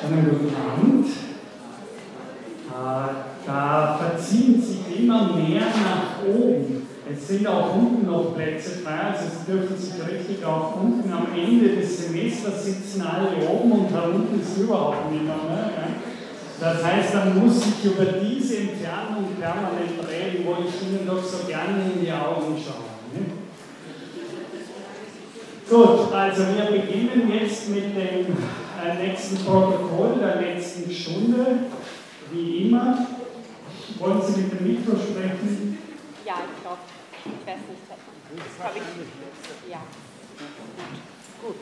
Einen guten Abend. Da verziehen sich immer mehr nach oben. Es sind auch unten noch Plätze frei, also Sie dürfen sich richtig auch unten am Ende des Semesters sitzen alle oben und herunten ist überhaupt niemand mehr. Das heißt, man muss sich über diese Entfernung permanent reden, wo ich Ihnen doch so gerne in die Augen schaue. Gut, also wir beginnen jetzt mit dem nächsten Protokoll der letzten Stunde, wie immer. Wollen Sie mit dem Mikro sprechen? Ja, ich glaube, ich weiß nicht. Ja. Gut.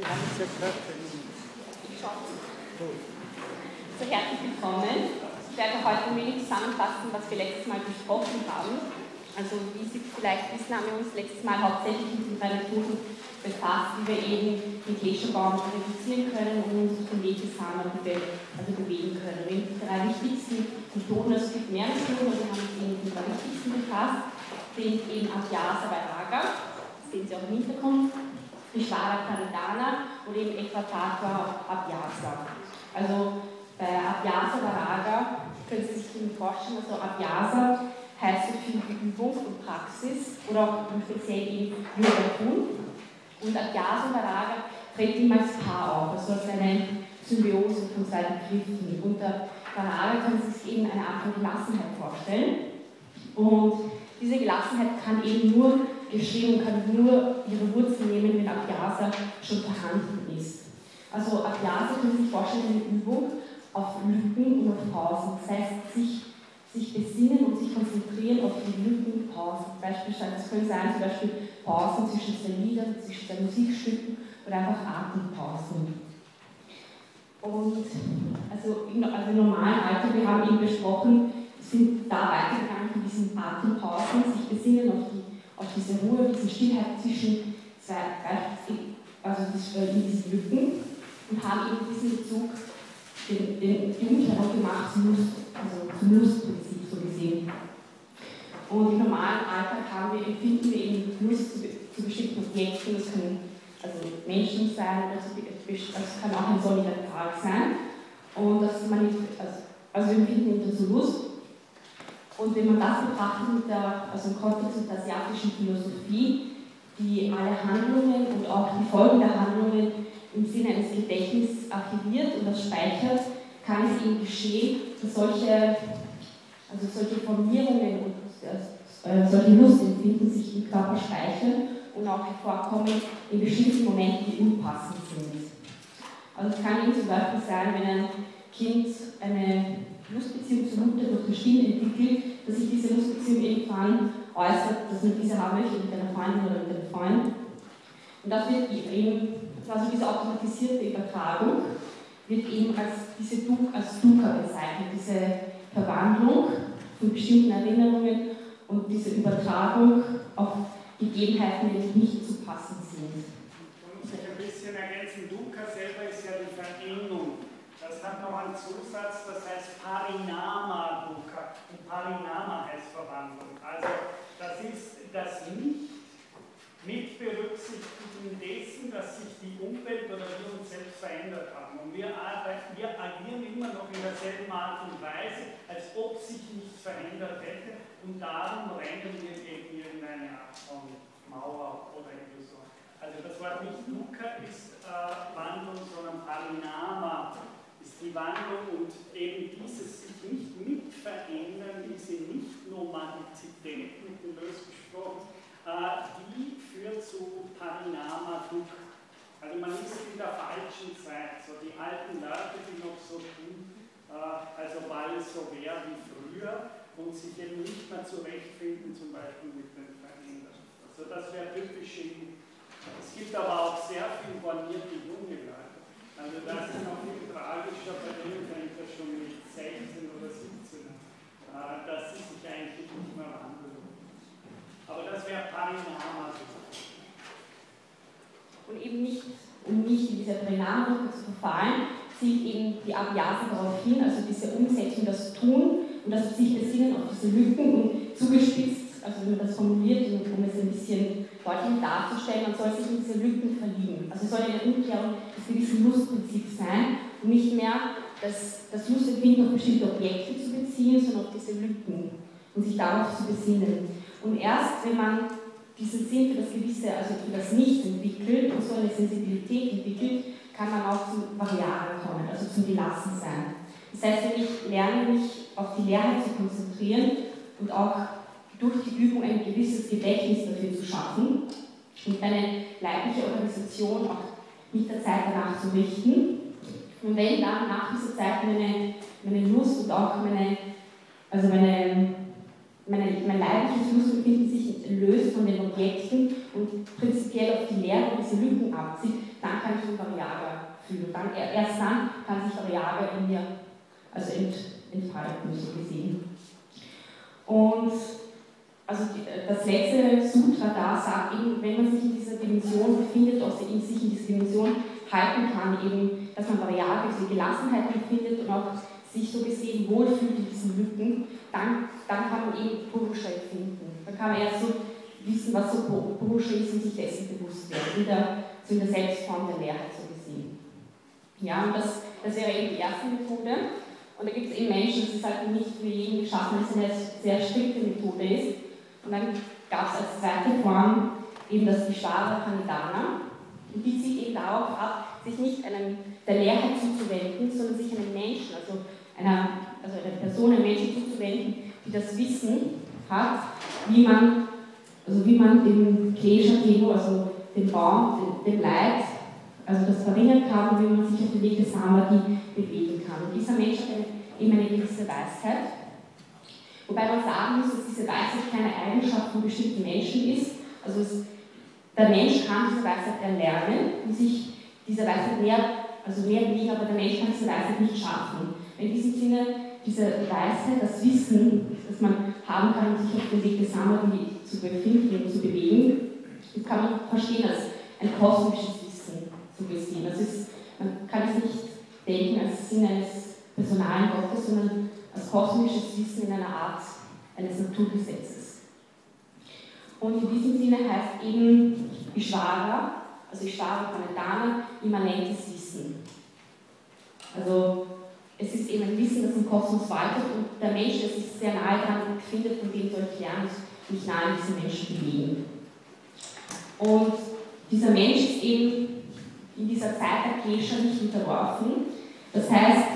So, herzlich willkommen. Ich werde heute ein wenig zusammenfassen, was wir letztes Mal besprochen haben. Also, wie Sie vielleicht wissen, haben wir uns letztes Mal hauptsächlich mit den 3 Methoden befasst, wie wir eben den Gletscherbaum reduzieren können und uns vom Weg des Hammer bewegen können. Die 3 wichtigsten Methoden, es gibt mehr Methoden, also wir haben uns eben mit den 3 wichtigsten befasst, sind eben Abhyasa Vairāga, das sehen Sie auch im Hintergrund, Vishvara Pranidhana oder eben Ekvatatra Abhyasa. Also bei Abhyasa Vairāga können Sie sich eben vorstellen, also Abhyasa heißt so viel wie Übung und Praxis oder auch speziell eben Yoga tun. Und Abhyasa Vairāga tritt ihm als Paar auf, also als eine Symbiose von 2 Begriffen. Unter Vairāga können Sie sich eben eine Art von Gelassenheit vorstellen. Und diese Gelassenheit kann eben nur geschehen, kann nur ihre Wurzeln nehmen, wenn Abhyasa schon vorhanden ist. Also Abhyasa können Sie sich vorstellen, eine Übung auf Lücken und auf Pausen. Das heißt, sich besinnen und sich konzentrieren auf die Lücken und Pausen. Beispielsweise, das können sein, zum Beispiel Pausen zwischen 2 Liedern, zwischen 2 Musikstücken oder einfach Atempausen. Und also im normalen Alltag, wir haben eben besprochen, sind da weitergegangen von diesen Atempausen, sich besinnen auf diese Ruhe, diese Stillheit zwischen 2, also in diesen Lücken und haben eben diesen Bezug den Umkehrung gemacht zum Lustprinzip so gesehen. Und im normalen Alltag empfinden wir eben Lust zu bestimmten Objekten, das können also Menschen sein, das kann auch ein sonniger Tag sein. Und also wir empfinden eben so Lust. Und wenn man das betrachtet also im Kontext mit der asiatischen Philosophie, die alle Handlungen und auch die Folgen der Handlungen im Sinne eines Gedächtnisses archiviert und das speichert, kann es eben geschehen, dass solche Formierungen und solche Lustempfinden sich im Körper speichern und auch hervorkommen in bestimmten Momenten, die unpassend sind. Also es kann eben zum Beispiel sein, wenn ein Kind eine Lustbeziehung zur Mutter durch das Stillen entwickelt, dass sich diese Lustbeziehung irgendwann äußert, dass man diese haben möchte mit einer Freundin oder mit einem Freund. Und das wird eben, also diese automatisierte Übertragung, wird eben als Dukkha bezeichnet, diese Verwandlung von bestimmten Erinnerungen und diese Übertragung auf Gegebenheiten, die nicht zu passend sind. Man muss sich ein bisschen ergänzen, Dukkha selber ist ja die Verengung. Das hat noch einen Zusatz, das heißt Parinama Dukkha. Und Parinama heißt Verwandlung. Also das ist das nicht mit Berücksichtigen dessen, dass sich die Umwelt oder wir uns selbst verändert haben. Und wir agieren immer noch in derselben Art und Weise, als ob sich nichts verändert hätte. Und darum rennen wir gegen irgendeine Art von Mauer oder Illusion. Also das Wort nicht Dukkha ist Wandlung, sondern Parinama ist die Wandlung und eben dieses sich nicht mitverändern, diese Nicht-Nomadizität mit dem Lös gesprochen, die führt zu Parinama Dukkha. Also man ist in der falschen Zeit, so die alten Leute, die noch so tun, also weil es so wäre wie früher und sich eben nicht mehr zurechtfinden, zum Beispiel mit den Veränderungen. Also das wäre typisch es gibt aber auch sehr viel bornierte junge Leute. Also das ist noch viel tragischer, bei denen fängt das schon mit 16 oder 17 an, dass sie sich eigentlich nicht mehr wandeln. Aber das wäre Parinama. Und eben nicht, um nicht in dieser Parinama zu verfallen, zielt eben die Abhyasa darauf hin, also diese Umsetzung, das Tun und das sich besinnen auf diese Lücken und zugespitzt, also wenn man das formuliert, um es ein bisschen deutlich darzustellen, man soll sich in diese Lücken verlieben. Also es soll eine Umkehrung des gewissen Lustprinzips sein und nicht mehr das Lustempfinden auf bestimmte Objekte zu beziehen, sondern auf diese Lücken und sich darauf zu besinnen. Und erst wenn man diesen Sinn für das Gewisse, also für das Nichts entwickelt und so eine Sensibilität entwickelt, kann man auch zum Variablen kommen, also zum Gelassensein. Das heißt, wenn ich lerne, mich auf die Leerheit zu konzentrieren und auch durch die Übung ein gewisses Gedächtnis dafür zu schaffen und eine leibliche Organisation auch mit der Zeit danach zu richten. Und wenn dann nach dieser Zeit meine Lust und auch mein leibliches Lustempfinden sich löst von den Objekten und prinzipiell auf die Leere und diese Lücken abzieht, dann kann ich mich variabel fühlen. Erst dann kann sich variabel in mir entfalten, so gesehen. Und also das letzte Sutra da sagt eben, wenn man sich in dieser Dimension befindet, sich in dieser Dimension halten kann, eben, dass man variabel diese Gelassenheit empfindet und auch sich so gesehen wohlfühlt in diesen Lücken, dann kann man eben Purusha finden. Dann kann man erst so wissen, was so Purusha ist und sich dessen bewusst werden, in der Selbstform der Leerheit so gesehen. Ja, und das wäre eben die erste Methode. Und da gibt es eben Menschen, das ist halt nicht für jeden geschaffen, dass es eine sehr strikte Methode ist. Und dann gab es als zweite Form eben das Vishvara Pranidhana. Und die zieht eben darauf ab, sich nicht der Leerheit zuzuwenden, sondern sich einem Menschen, also einer Person, einem Menschen zuzuwenden, die das Wissen hat, wie man den Klesha, also den Baum, den Leid, also das verringern kann und wie man sich auf den Weg des Samadhi bewegen kann. Und dieser Mensch hat eben eine gewisse Weisheit. Wobei man sagen muss, dass diese Weisheit keine Eigenschaft von bestimmten Menschen ist. Also der Mensch kann diese Weisheit erlernen und sich dieser Weisheit näher liegen, aber der Mensch kann diese Weisheit nicht schaffen. In diesem Sinne, diese Weisheit, das Wissen, das man haben kann, um sich auf den Weg des Samadhi zu befinden und zu bewegen, das kann man verstehen als ein kosmisches Wissen, so gesehen. Man kann es nicht denken als Sinn eines personalen Gottes, sondern als kosmisches Wissen in einer Art eines Naturgesetzes. Und in diesem Sinne heißt eben Vishvara, also Vishvara Pranidhana, immanentes Wissen. Also es ist eben ein Wissen, das im Kosmos waltet und der Mensch, der sich sehr nahe daran befindet, von dem soll ich lernen, mich nahe an diesen Menschen bewegen. Und dieser Mensch ist eben in dieser Zeit der Klesha nicht unterworfen. Das heißt,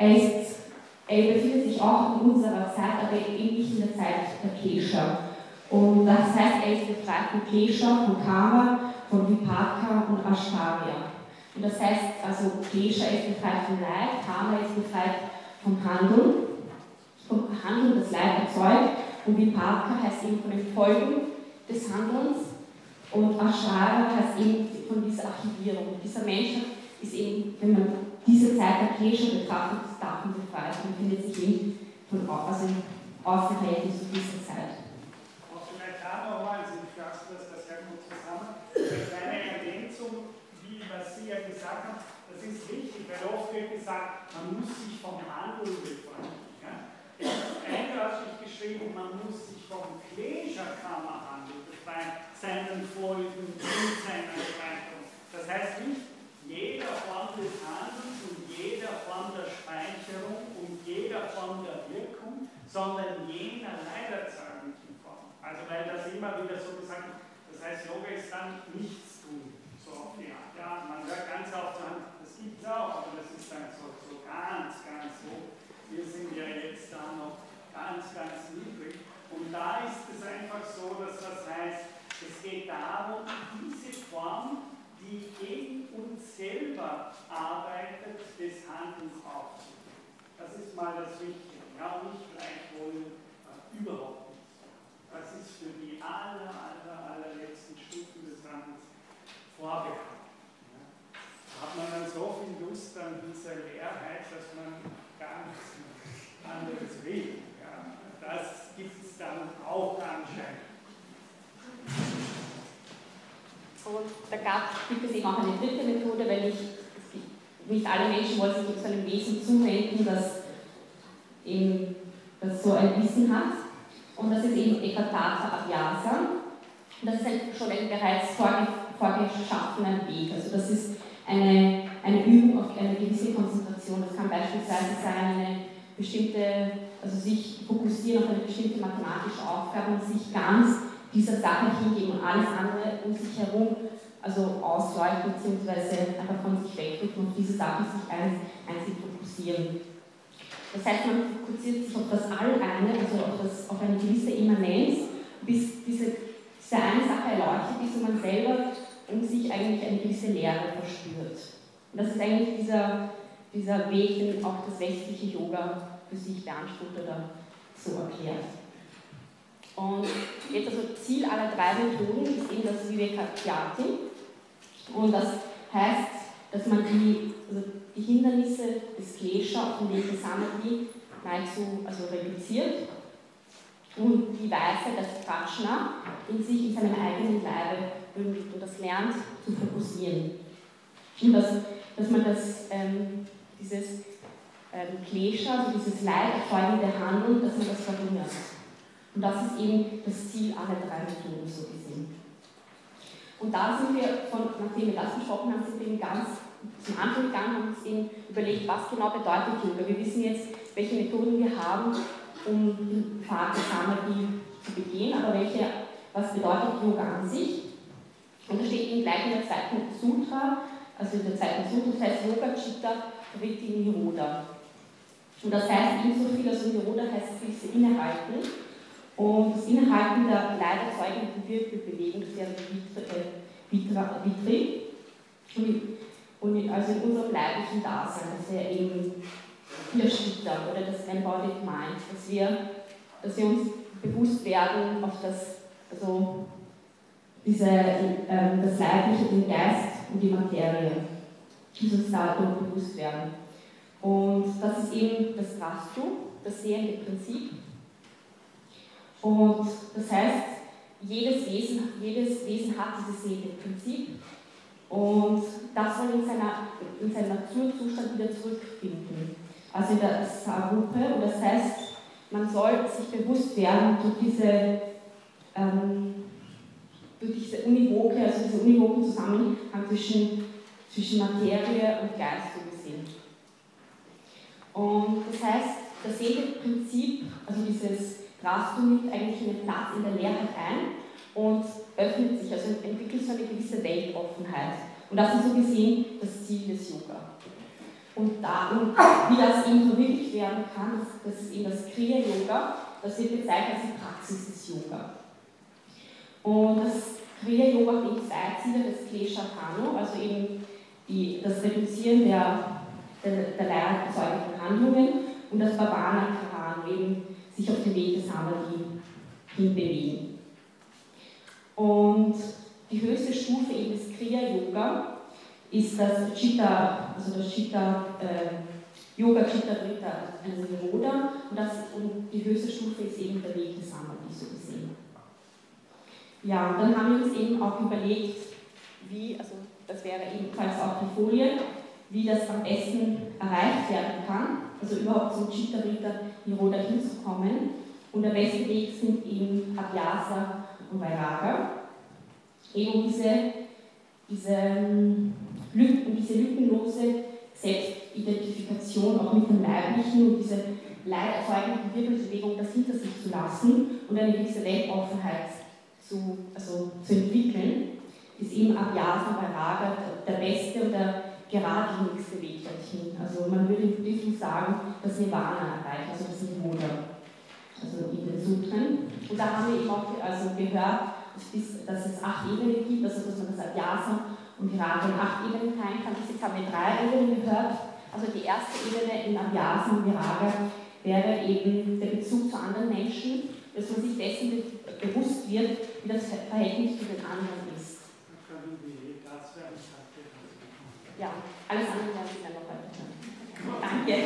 er befindet sich auch in unserer Zeit, aber eben nicht in der Zeit der Klesha. Und das heißt, er ist befreit von Klesha, von Karma, von Vipaka und Ashtarya. Und das heißt, also Klesha ist befreit von Leid, Karma ist befreit vom Handeln, das Leid erzeugt, und Vipaka heißt eben von den Folgen des Handelns, und Ashtarya heißt eben von dieser Archivierung. Und dieser Mensch ist eben, wenn man diese Zeit der Klesha betrachtet, davon befreit und befindet sich eben außerhalb dieser Zeit. Auch vielleicht da nochmal, Sie fassen das sehr gut zusammen, eine kleine Ergänzung, wie was Sie ja gesagt haben, das ist wichtig, weil oft wird gesagt, man muss sich vom Handeln befreien. Ja? Es ist eindeutig geschrieben, man muss sich vom Klesha-Karma-Handel befreien, seinen Folgen und seiner Erscheinung. Das heißt nicht jeder Form des Handelns und jeder Form der Speicherung und jeder Form der Wirkung, sondern jener leiderzeugenden Form. Also weil das immer wieder so gesagt wird, das heißt, Yoga ist dann nichts tun. So, ja, man hört ganz oft sagen, das gibt es auch, aber das ist dann so ganz hoch. Wir sind ja jetzt da noch ganz niedrig. Und da ist es einfach so, dass das heißt, es geht darum, diese Form, die gegen uns selber arbeitet, des Handelns aufzunehmen. Das ist mal das Wichtige. Ja, und nicht gleichwohl überhaupt nicht. Das ist für die allerletzten Stufen des Handelns vorbehalten. Ja. Da hat man dann so viel Lust an dieser Leerheit, dass man gar nichts anderes will. Ja. Das gibt es dann auch anscheinend. Und da gibt es eben auch eine dritte Methode, weil nicht alle Menschen wollen sich zu einem Wesen zuwenden, das so ein Wissen hat. Und das ist eben Ekatata Abhyasa. Und das ist schon ein bereits vorgeschaffener Weg. Also das ist eine eine Übung auf eine gewisse Konzentration. Das kann beispielsweise sein, eine bestimmte, also sich fokussieren auf eine bestimmte mathematische Aufgabe und sich ganz dieser Sache hingeben und alles andere um sich herum also ausleuchten bzw. einfach von sich wegdrücken und auf diese Sache sich einzig fokussieren. Das heißt, man fokussiert sich auf das All-Eine, also auf eine gewisse Immanenz, bis diese eine Sache erleuchtet ist und man selber um sich eigentlich eine gewisse Leere verspürt. Und das ist eigentlich dieser Weg, den auch das westliche Yoga für sich beansprucht oder so erklärt. Und jetzt also Ziel aller drei Methoden ist eben das Vivekayati. Und das heißt, dass man die Hindernisse des Klesha auf dem Weg des Samadhi nahezu reduziert und die Weisheit, das Prajna, in sich, in seinem eigenen Leibe bündelt und das lernt zu fokussieren. Und dass man dieses Klesha, also dieses leiderzeugende Handeln, dass man das verringert. Und das ist eben das Ziel aller drei Methoden, so gesehen. Und da sind wir, nachdem wir das besprochen haben, sind wir eben ganz zum Anfang gegangen und uns eben überlegt, was genau bedeutet Yoga. Wir wissen jetzt, welche Methoden wir haben, um den Pfad des Samadhi zu begehen, aber was bedeutet Yoga an sich? Und da steht eben gleich in der zweiten Sutra, also in der zweiten Sutra, das heißt Yoga Chitta Vritti Nirodha. Und das heißt ebenso viel, also Nirodha heißt gewisse Innehalten. Und das Innehalten der leider zeugenden Wirbelbewegung, das wäre Vitri. Und also in unserem leiblichen Dasein, das wäre eben der Chitta oder das Embodied Mind, dass wir uns bewusst werden auf das Leibliche, den Geist und die Materie, dass uns dadurch bewusst werden. Und das ist eben das Rastu, das sehende Prinzip. Und das heißt, jedes Wesen hat dieses sehende Prinzip und das soll in seinen Naturzustand wieder zurückfinden. Also in der Sarupe, und das heißt, man soll sich bewusst werden durch diese univoke, also diesen univoken Zusammenhang zwischen Materie und Geist so gesehen. Und das heißt, das sehende Prinzip, also dieses Rastu nimmt eigentlich einen Platz in der Leerheit ein und öffnet sich, also entwickelt so eine gewisse Weltoffenheit. Und das ist so gesehen das Ziel des Yoga. Und wie das eben verwirklicht werden kann, das ist eben das Kriya-Yoga, das wird bezeichnet als die Praxis des Yoga. Und das Kriya-Yoga hat eben zwei Ziele, das Klesha-Kano, also eben das Reduzieren der leidserzeugenden Handlungen und das Bhavana-Karano, eben sich auf den Weg des Samadhi hinbewegen. Und die höchste Stufe eben des Kriya-Yoga ist das Chitta, also das Yoga Chitta Vritti Nirodha und die höchste Stufe ist eben der Weg des Samadhi, so gesehen. Ja, und dann haben wir uns eben auch überlegt, also das wäre ebenfalls auch die Folie, wie das am besten erreicht werden kann, also überhaupt zum Chitta Vritti Nirodha hinzukommen. Und der beste Weg sind eben Abhyasa und Vairagya. Eben diese lückenlose Selbstidentifikation auch mit dem Leiblichen und diese leiderzeugende Wirbelbewegung, das hinter sich zu lassen und eine gewisse Weltoffenheit zu entwickeln, ist eben Abhyasa und Vairagya der beste und der geradlinigste Weg dorthin. Also man würde im Buddhismus sagen, das Nirvana erreicht, also das Nirodha, also in den Sutren. Und da haben wir eben auch gehört, dass es 8 Ebenen gibt, also dass man das Abhyasa und Vairagya in 8 Ebenen teilen kann. Bis jetzt haben wir 3 Ebenen gehört. Also die erste Ebene in Abhyasa und Vairagya wäre eben der Bezug zu anderen Menschen, dass man sich dessen bewusst wird, wie das Verhältnis zu den anderen ist. Ja, alles andere werden Sie dann noch heute hören. Danke.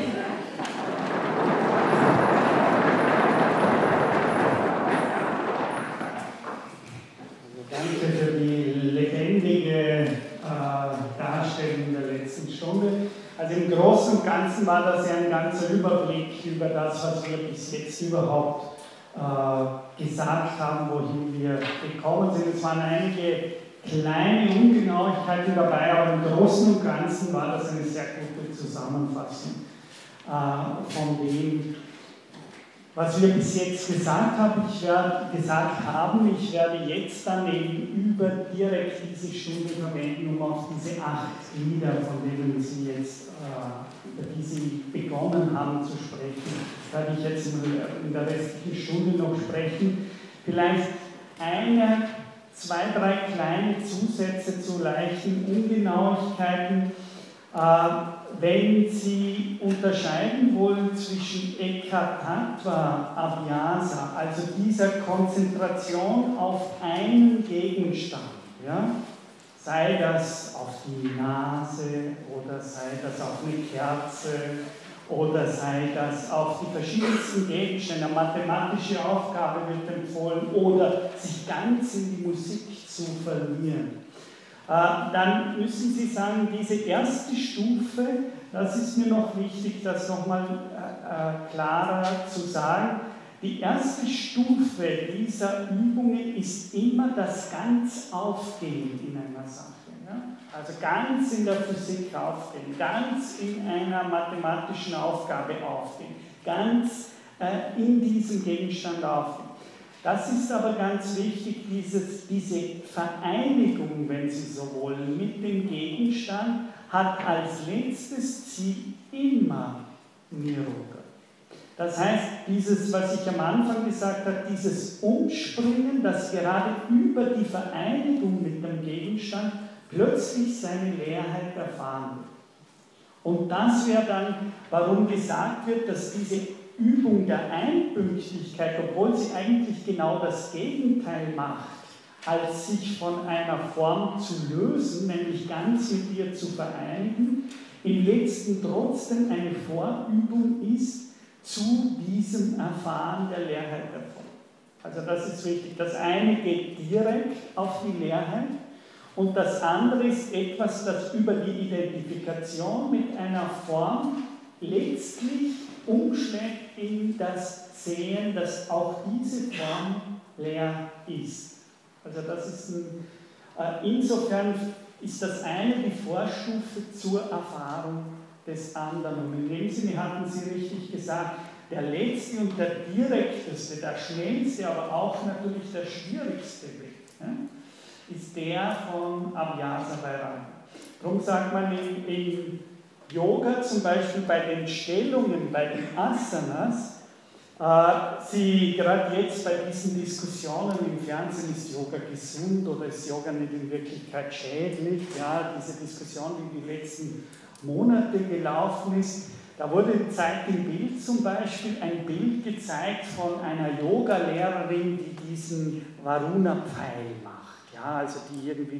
Danke für die lebendige Darstellung der letzten Stunde. Also im Großen und Ganzen war das ja ein ganzer Überblick über das, was wir bis jetzt überhaupt gesagt haben, wohin wir gekommen sind. Es waren einige kleine Ungenauigkeiten dabei, aber im Großen und Ganzen war das eine sehr gute Zusammenfassung von dem, was wir bis jetzt gesagt haben. Ich werde jetzt dann eben direkt diese Stunde verwenden, um auf diese 8 Glieder, von denen Sie jetzt, über die Sie begonnen haben zu sprechen, werde ich jetzt in der restlichen Stunde noch sprechen. Vielleicht 2, 3 kleine Zusätze zu leichten Ungenauigkeiten. Wenn Sie unterscheiden wollen zwischen Ekatattva, Abhyasa, also dieser Konzentration auf einen Gegenstand, ja, sei das auf die Nase oder sei das auf eine Kerze oder sei das auf die verschiedensten Gegenstände, eine mathematische Aufgabe wird empfohlen oder sich ganz in die Musik zu verlieren. Dann müssen Sie sagen, diese erste Stufe, das ist mir noch wichtig, das nochmal klarer zu sagen, die erste Stufe dieser Übungen ist immer das ganz Aufgehen in einer Sache. Ja? Also ganz in der Physik aufgehen, ganz in einer mathematischen Aufgabe aufgehen, ganz in diesem Gegenstand aufgehen. Das ist aber ganz wichtig, diese Vereinigung, wenn Sie so wollen, mit dem Gegenstand hat als letztes Ziel immer Nirodha. Das heißt, dieses, was ich am Anfang gesagt habe, dieses Umspringen, das gerade über die Vereinigung mit dem Gegenstand plötzlich seine Leerheit erfahren wird. Und das wäre dann, warum gesagt wird, dass diese Übung der Einpünktlichkeit, obwohl sie eigentlich genau das Gegenteil macht, als sich von einer Form zu lösen, nämlich ganz mit ihr zu vereinigen, im letzten trotzdem eine Vorübung ist zu diesem Erfahren der Leerheit davon. Also das ist wichtig. Das eine geht direkt auf die Leerheit und das andere ist etwas, das über die Identifikation mit einer Form letztlich umschlägt in das Sehen, dass auch diese Form leer ist. Also das ist insofern ist das eine die Vorstufe zur Erfahrung des anderen. Und in dem Sinne hatten Sie richtig gesagt, der letzte und der direkteste, der schnellste, aber auch natürlich der schwierigste Weg, ist der von Abhyasa Vairagya. Darum sagt man in Yoga zum Beispiel bei den Stellungen, bei den Asanas, gerade jetzt bei diesen Diskussionen im Fernsehen, ist Yoga gesund oder ist Yoga nicht in Wirklichkeit schädlich, ja, diese Diskussion, die die letzten Monate gelaufen ist, da wurde gezeigt im Bild zum Beispiel ein Bild gezeigt von einer Yoga-Lehrerin, die diesen Varuna-Pfeil macht, ja, also die irgendwie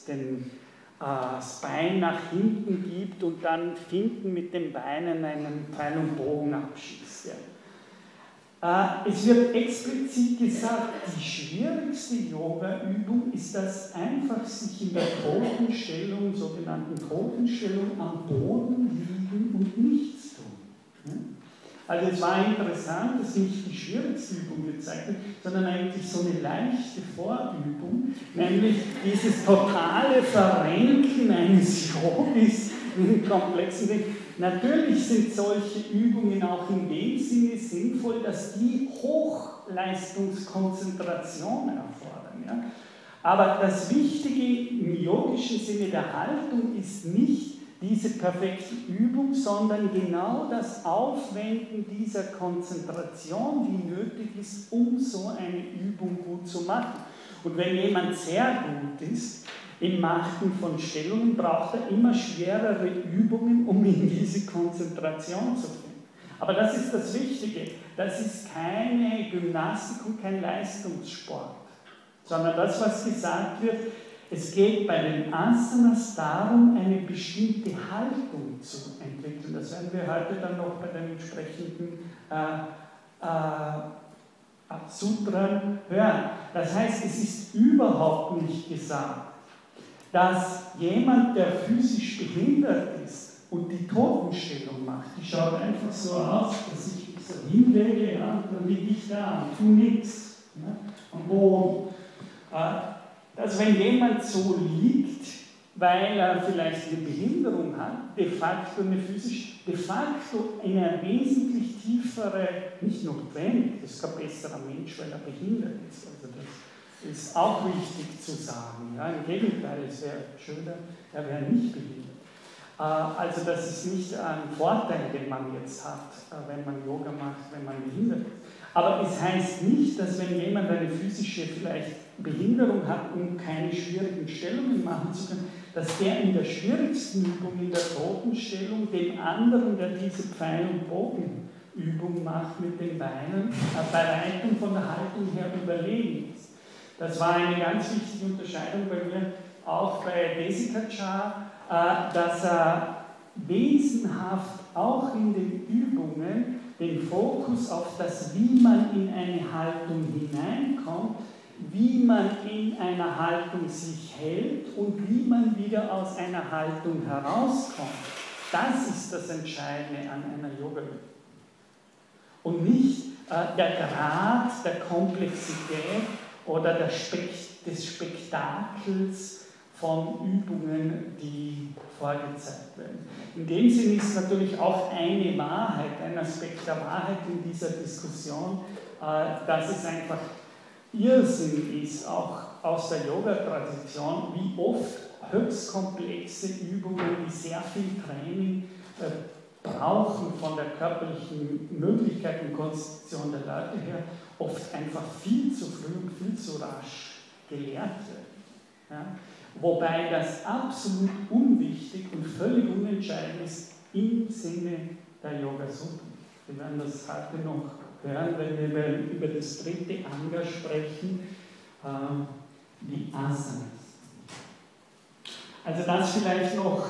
das Bein nach hinten gibt und dann hinten mit den Beinen einen Pfeil und Bogen abschießt. Ja. Es wird explizit gesagt, die schwierigste Yoga-Übung ist das einfach sich in der Totenstellung, sogenannten Totenstellung, am Boden liegen und nichts tun. Ja. Also es war interessant, dass nicht die schwierigste Übung gezeigt wird, sondern eigentlich so eine leichte Vorübung, nämlich dieses totale Verrenken eines Yogis in komplexen Dingen. Natürlich sind solche Übungen auch in dem Sinne sinnvoll, dass die Hochleistungskonzentration erfordern. Ja? Aber das Wichtige im yogischen Sinne der Haltung ist nicht diese perfekte Übung, sondern genau das Aufwenden dieser Konzentration, die nötig ist, um so eine Übung gut zu machen. Und wenn jemand sehr gut ist im Machen von Stellungen, braucht er immer schwerere Übungen, um in diese Konzentration zu finden. Aber das ist das Wichtige. Das ist keine Gymnastik und kein Leistungssport, sondern das, was gesagt wird, es geht bei den Asanas darum, eine bestimmte Haltung zu entwickeln. Das werden wir heute dann noch bei den entsprechenden Sutren hören. Das heißt, es ist überhaupt nicht gesagt, dass jemand, der physisch behindert ist und die Totenstellung macht, die schaut einfach so aus, dass ich so hinlege, ja, dann liege ich da und tue nichts. Ja, am Boden. dass wenn jemand so liegt, weil er vielleicht eine Behinderung hat, de facto eine wesentlich tiefere, nicht notwendig, das ist kein besserer Mensch, weil er behindert ist. Also das ist auch wichtig zu sagen. Ja, im Gegenteil, es wäre schöner, er wäre nicht behindert. Also das ist nicht ein Vorteil, den man jetzt hat, wenn man Yoga macht, wenn man behindert ist. Aber es heißt nicht, dass wenn jemand eine physische vielleicht Behinderung hat, um keine schwierigen Stellungen machen zu können, dass der in der schwierigsten Übung, in der Totenstellung, dem anderen, der diese Pfeil- und Bogenübung macht mit den Beinen, bei weitem von der Haltung her überlegen ist. Das war eine ganz wichtige Unterscheidung bei mir, auch bei Desikachar, dass er wesenhaft auch in den Übungen den Fokus auf das, wie man in eine Haltung hineinkommt, wie man in einer Haltung sich hält und wie man wieder aus einer Haltung herauskommt. Das ist das Entscheidende an einer Yoga-Übung. Und nicht der Grad der Komplexität oder des Spektakels von Übungen, die vorgezeigt werden. In dem Sinn ist natürlich auch eine Wahrheit, ein Aspekt der Wahrheit in dieser Diskussion, dass es einfach Irrsinn ist, auch aus der Yoga-Tradition, wie oft höchst komplexe Übungen, die sehr viel Training brauchen von der körperlichen Möglichkeit und Konstitution der Leute her, oft einfach viel zu früh und viel zu rasch gelehrt werden. Ja? Wobei das absolut unwichtig und völlig unentscheidend ist im Sinne der Yoga-Sutra. Wir werden das heute noch hören, wenn wir über das dritte Anga sprechen, die Asanas. Also das vielleicht noch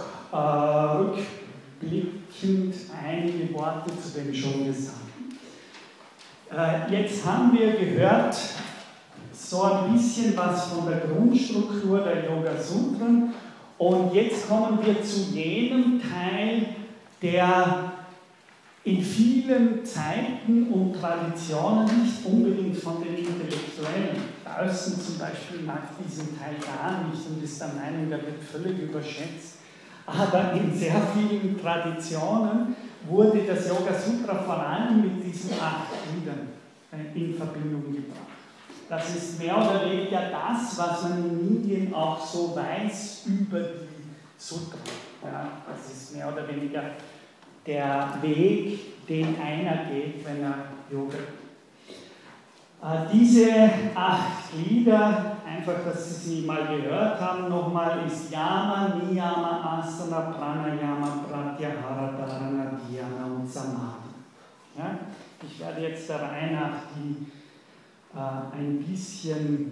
rückblickend einige Worte zu dem schon Gesagten. Jetzt haben wir gehört, so ein bisschen was von der Grundstruktur der Yoga-Sutren und jetzt kommen wir zu jenem Teil, der in vielen Zeiten und Traditionen nicht unbedingt von den Intellektuellen, Dawson zum Beispiel mag diesen Teil gar nicht und ist der Meinung, der wird völlig überschätzt, aber in sehr vielen Traditionen wurde das Yoga-Sutra vor allem mit diesen 8 Gliedern in Verbindung gebracht. Das ist mehr oder weniger das, was man in Indien auch so weiß über die Sutra. Ja, das ist mehr oder weniger der Weg, den einer geht, wenn er Yoga tut. Diese 8 Glieder, einfach, dass Sie sie mal gehört haben, nochmal ist Yama, Niyama, Asana, Pranayama, Pratyahara, Dharana, Dhyana und Samadhi. Ja? Ich werde jetzt der Reihe nach die ein bisschen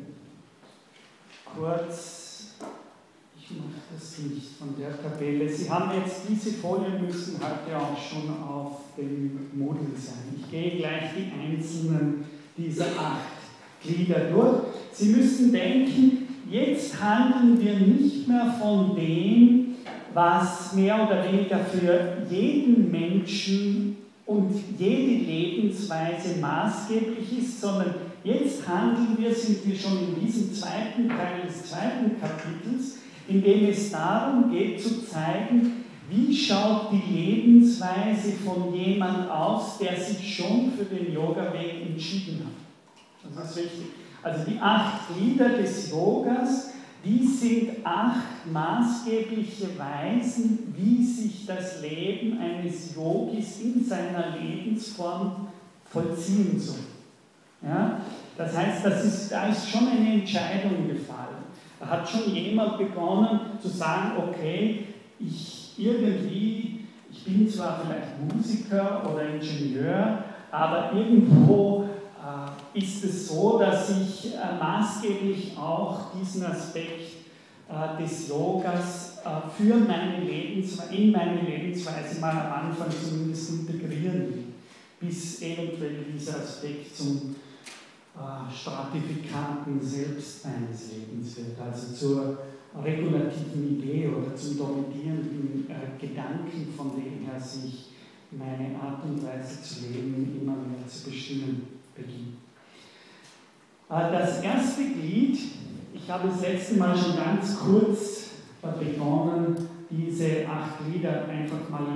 kurz, ich mache das nicht von der Tabelle. Sie haben jetzt diese Folien, müssen heute auch schon auf dem Moodle sein. Ich gehe gleich die einzelnen dieser 8 Glieder durch. Sie müssen denken, jetzt handeln wir nicht mehr von dem, was mehr oder weniger für jeden Menschen und jede Lebensweise maßgeblich ist, sondern jetzt sind wir schon in diesem zweiten Teil des zweiten Kapitels, in dem es darum geht zu zeigen, wie schaut die Lebensweise von jemand aus, der sich schon für den Yoga-Weg entschieden hat. Das ist wichtig. Also die 8 Glieder des Yogas, die sind 8 maßgebliche Weisen, wie sich das Leben eines Yogis in seiner Lebensform vollziehen soll. Ja? Das heißt, da ist schon eine Entscheidung gefallen. Da hat schon jemand begonnen zu sagen, okay, ich bin zwar vielleicht Musiker oder Ingenieur, aber irgendwo ist es so, dass ich maßgeblich auch diesen Aspekt des Yogas in meine Lebensweise mal am Anfang zumindest integrieren will, bis eventuell dieser Aspekt zum Stratifikaten selbst eines Lebens wird, also zur regulativen Idee oder zum dominierenden Gedanken, von dem her sich meine Art und Weise zu leben immer mehr zu bestimmen beginnt. Das erste Glied Ich habe das letzte Mal schon ganz kurz begonnen, diese 8 Glieder einfach mal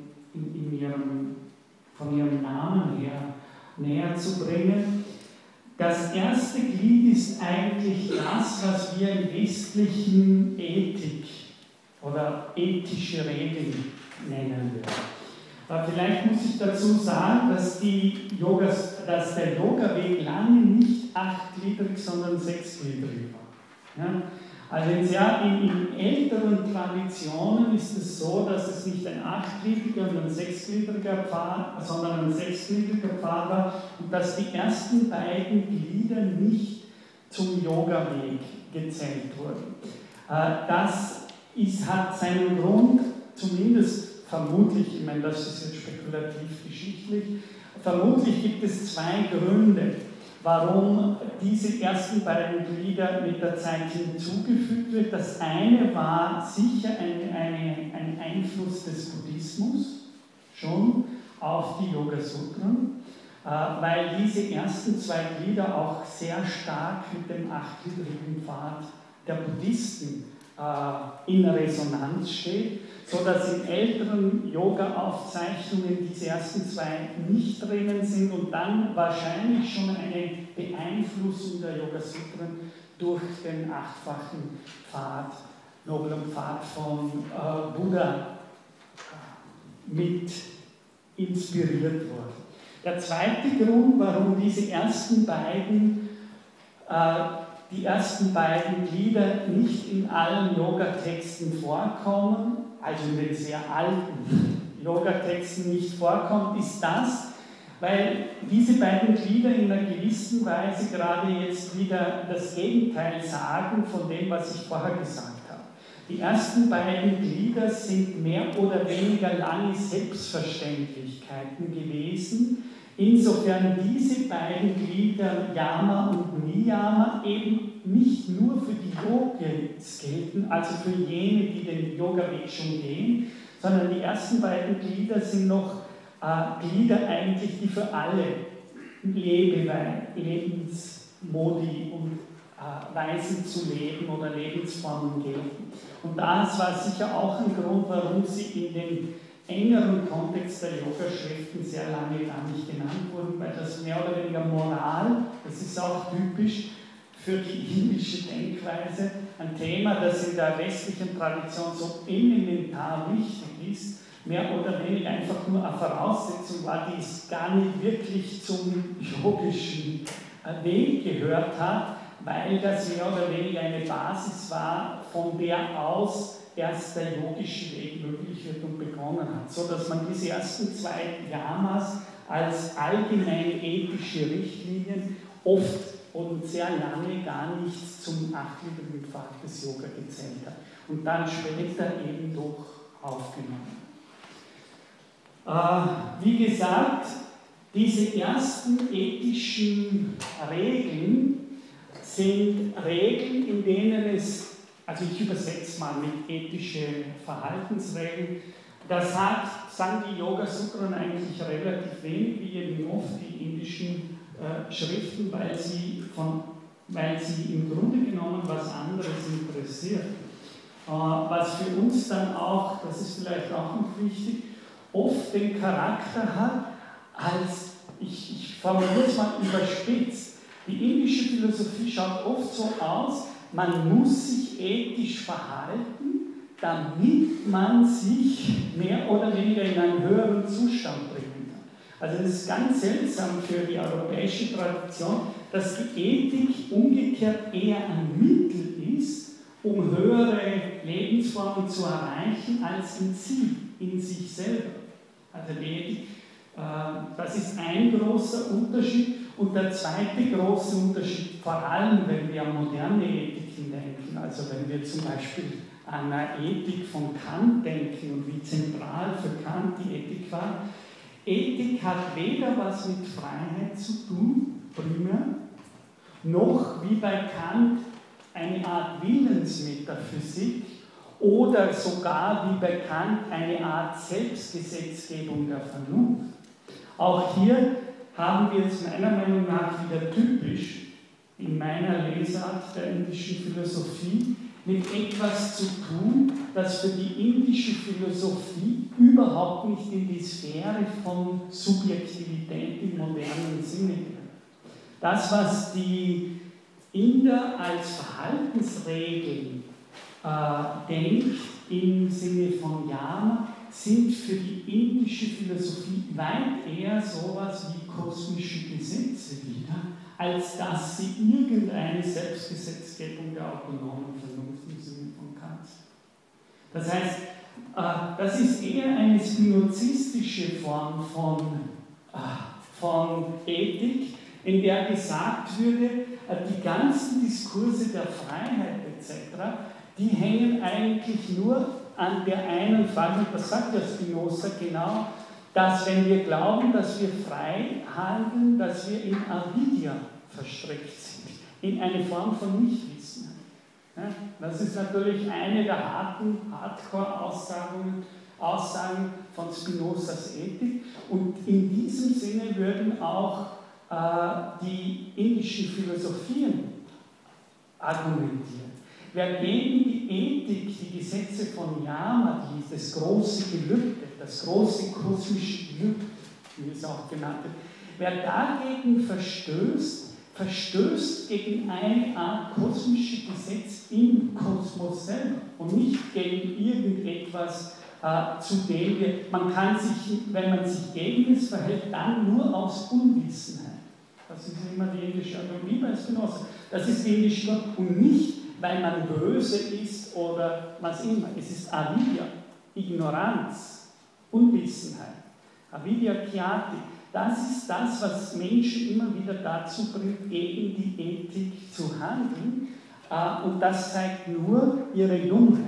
von ihrem Namen her näher zu bringen. Das erste Glied ist eigentlich das, was wir in westlichen Ethik oder ethische Regeln nennen würden. Vielleicht muss ich dazu sagen, dass der Yoga-Weg lange nicht 8gliedrig, sondern 6gliedrig war. Ja? Also in älteren Traditionen ist es so, dass es nicht ein 8gliedriger und ein 6gliedriger Pfad, sondern ein 6gliedriger Pfad war und dass die ersten beiden Glieder nicht zum Yoga-Weg gezählt wurden. Das hat seinen Grund, zumindest vermutlich, ich meine, das ist jetzt spekulativ geschichtlich, vermutlich gibt es 2 Gründe, warum diese ersten beiden Glieder mit der Zeit hinzugefügt wird. Das eine war sicher ein Einfluss des Buddhismus schon auf die Yoga-Sutren, weil diese ersten 2 Glieder auch sehr stark mit dem 8gliedrigen Pfad der Buddhisten in Resonanz steht, sodass in älteren Yoga-Aufzeichnungen diese ersten 2 nicht drinnen sind und dann wahrscheinlich schon eine Beeinflussung der Yoga-Sutren durch den 8-fachen Pfad, noblen Pfad von Buddha mit inspiriert wurde. Der zweite Grund, warum die ersten beiden Glieder nicht in allen Yoga-Texten vorkommen, also in den sehr alten Yoga-Texten nicht vorkommt, ist das, weil diese beiden Glieder in einer gewissen Weise gerade jetzt wieder das Gegenteil sagen von dem, was ich vorher gesagt habe. Die ersten beiden Glieder sind mehr oder weniger lange Selbstverständlichkeiten gewesen, insofern diese beiden Glieder, Yama und Niyama, eben nicht nur für die Yogis gelten, also für jene, die den Yoga-Weg schon gehen, sondern die ersten beiden Glieder sind noch Glieder eigentlich, die für alle Lebensmodi und Weisen zu leben oder Lebensformen gelten. Und das war sicher auch ein Grund, warum sie in den engeren Kontext der Yoga-Schriften sehr lange gar nicht genannt wurden, weil das mehr oder weniger Moral, das ist auch typisch für die indische Denkweise, ein Thema, das in der westlichen Tradition so elementar wichtig ist, mehr oder weniger einfach nur eine Voraussetzung war, die es gar nicht wirklich zum yogischen Weg gehört hat, weil das mehr oder weniger eine Basis war, von der aus erst der yogische Weg möglich wird und begonnen hat, so dass man diese ersten 2 Yamas als allgemeine ethische Richtlinien oft und sehr lange gar nicht zum 8gliedrigen Pfad des Yoga gezählt hat und dann später eben doch aufgenommen. Wie gesagt, diese ersten ethischen Regeln sind Regeln, in denen es, also ich übersetze mal mit ethische Verhaltensregeln, da sagen die Yoga-Sutren eigentlich relativ wenig, wie eben oft die indischen Schriften, weil sie im Grunde genommen was anderes interessiert. Was für uns dann auch, das ist vielleicht auch noch wichtig, oft den Charakter hat, als, ich formuliere es mal überspitzt, die indische Philosophie schaut oft so aus, man muss sich ethisch verhalten, damit man sich mehr oder weniger in einen höheren Zustand bringen kann. Also das ist ganz seltsam für die europäische Tradition, dass die Ethik umgekehrt eher ein Mittel ist, um höhere Lebensformen zu erreichen, als ein Ziel in sich selber. Also die Ethik, das ist ein großer Unterschied. Und der zweite große Unterschied, vor allem wenn wir an moderne Ethiken denken, also wenn wir zum Beispiel an eine Ethik von Kant denken und wie zentral für Kant die Ethik war, Ethik hat weder was mit Freiheit zu tun, primär, noch wie bei Kant eine Art Willensmetaphysik oder sogar wie bei Kant eine Art Selbstgesetzgebung der Vernunft. Auch hier haben wir es meiner Meinung nach wieder typisch, in meiner Lesart der indischen Philosophie mit etwas zu tun, das für die indische Philosophie überhaupt nicht in die Sphäre von Subjektivität im modernen Sinne gehört. Das, was die Inder als Verhaltensregeln denkt im Sinne von Yama, sind für die indische Philosophie weit eher sowas wie kosmische Gesetze wieder, als dass sie irgendeine Selbstgesetzgebung der autonomen Vernunft im Sinne von Kant sind. Das heißt, das ist eher eine spinozistische Form von Ethik, in der gesagt würde, die ganzen Diskurse der Freiheit etc., die hängen eigentlich nur an der einen Frage, und das sagt ja Spinoza genau, dass wenn wir glauben, dass wir frei handeln, dass wir in Avidya verstrickt sind, in eine Form von Nichtwissen. Das ist natürlich eine der harten Hardcore-Aussagen von Spinozas Ethik, und in diesem Sinne würden auch die indischen Philosophien argumentieren. Wer gegen die Ethik, die Gesetze von Yama, das große Gelübde, das große kosmische Gelübde, wie es auch genannt wird, wer dagegen verstößt gegen eine Art kosmische Gesetz im Kosmos selber und nicht gegen irgendetwas, zu dem man kann sich, wenn man sich gegen es verhält, dann nur aus Unwissenheit. Das ist immer die indische Argumentation bei Spinoza. Das ist indisch und nicht, weil man böse ist oder was immer. Es ist Avidya, Ignoranz, Unwissenheit. Avidya Khyati. Das ist das, was Menschen immer wieder dazu bringt, gegen die Ethik zu handeln. Und das zeigt nur ihre Dummheit.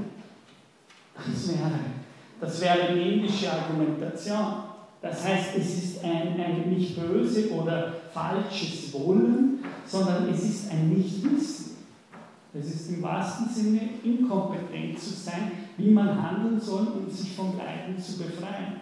Das wäre die indische Argumentation. Das heißt, es ist ein nicht böse oder falsches Wollen, sondern es ist ein Nichtwissen. Es ist im wahrsten Sinne inkompetent zu sein, wie man handeln soll, um sich vom Leiden zu befreien.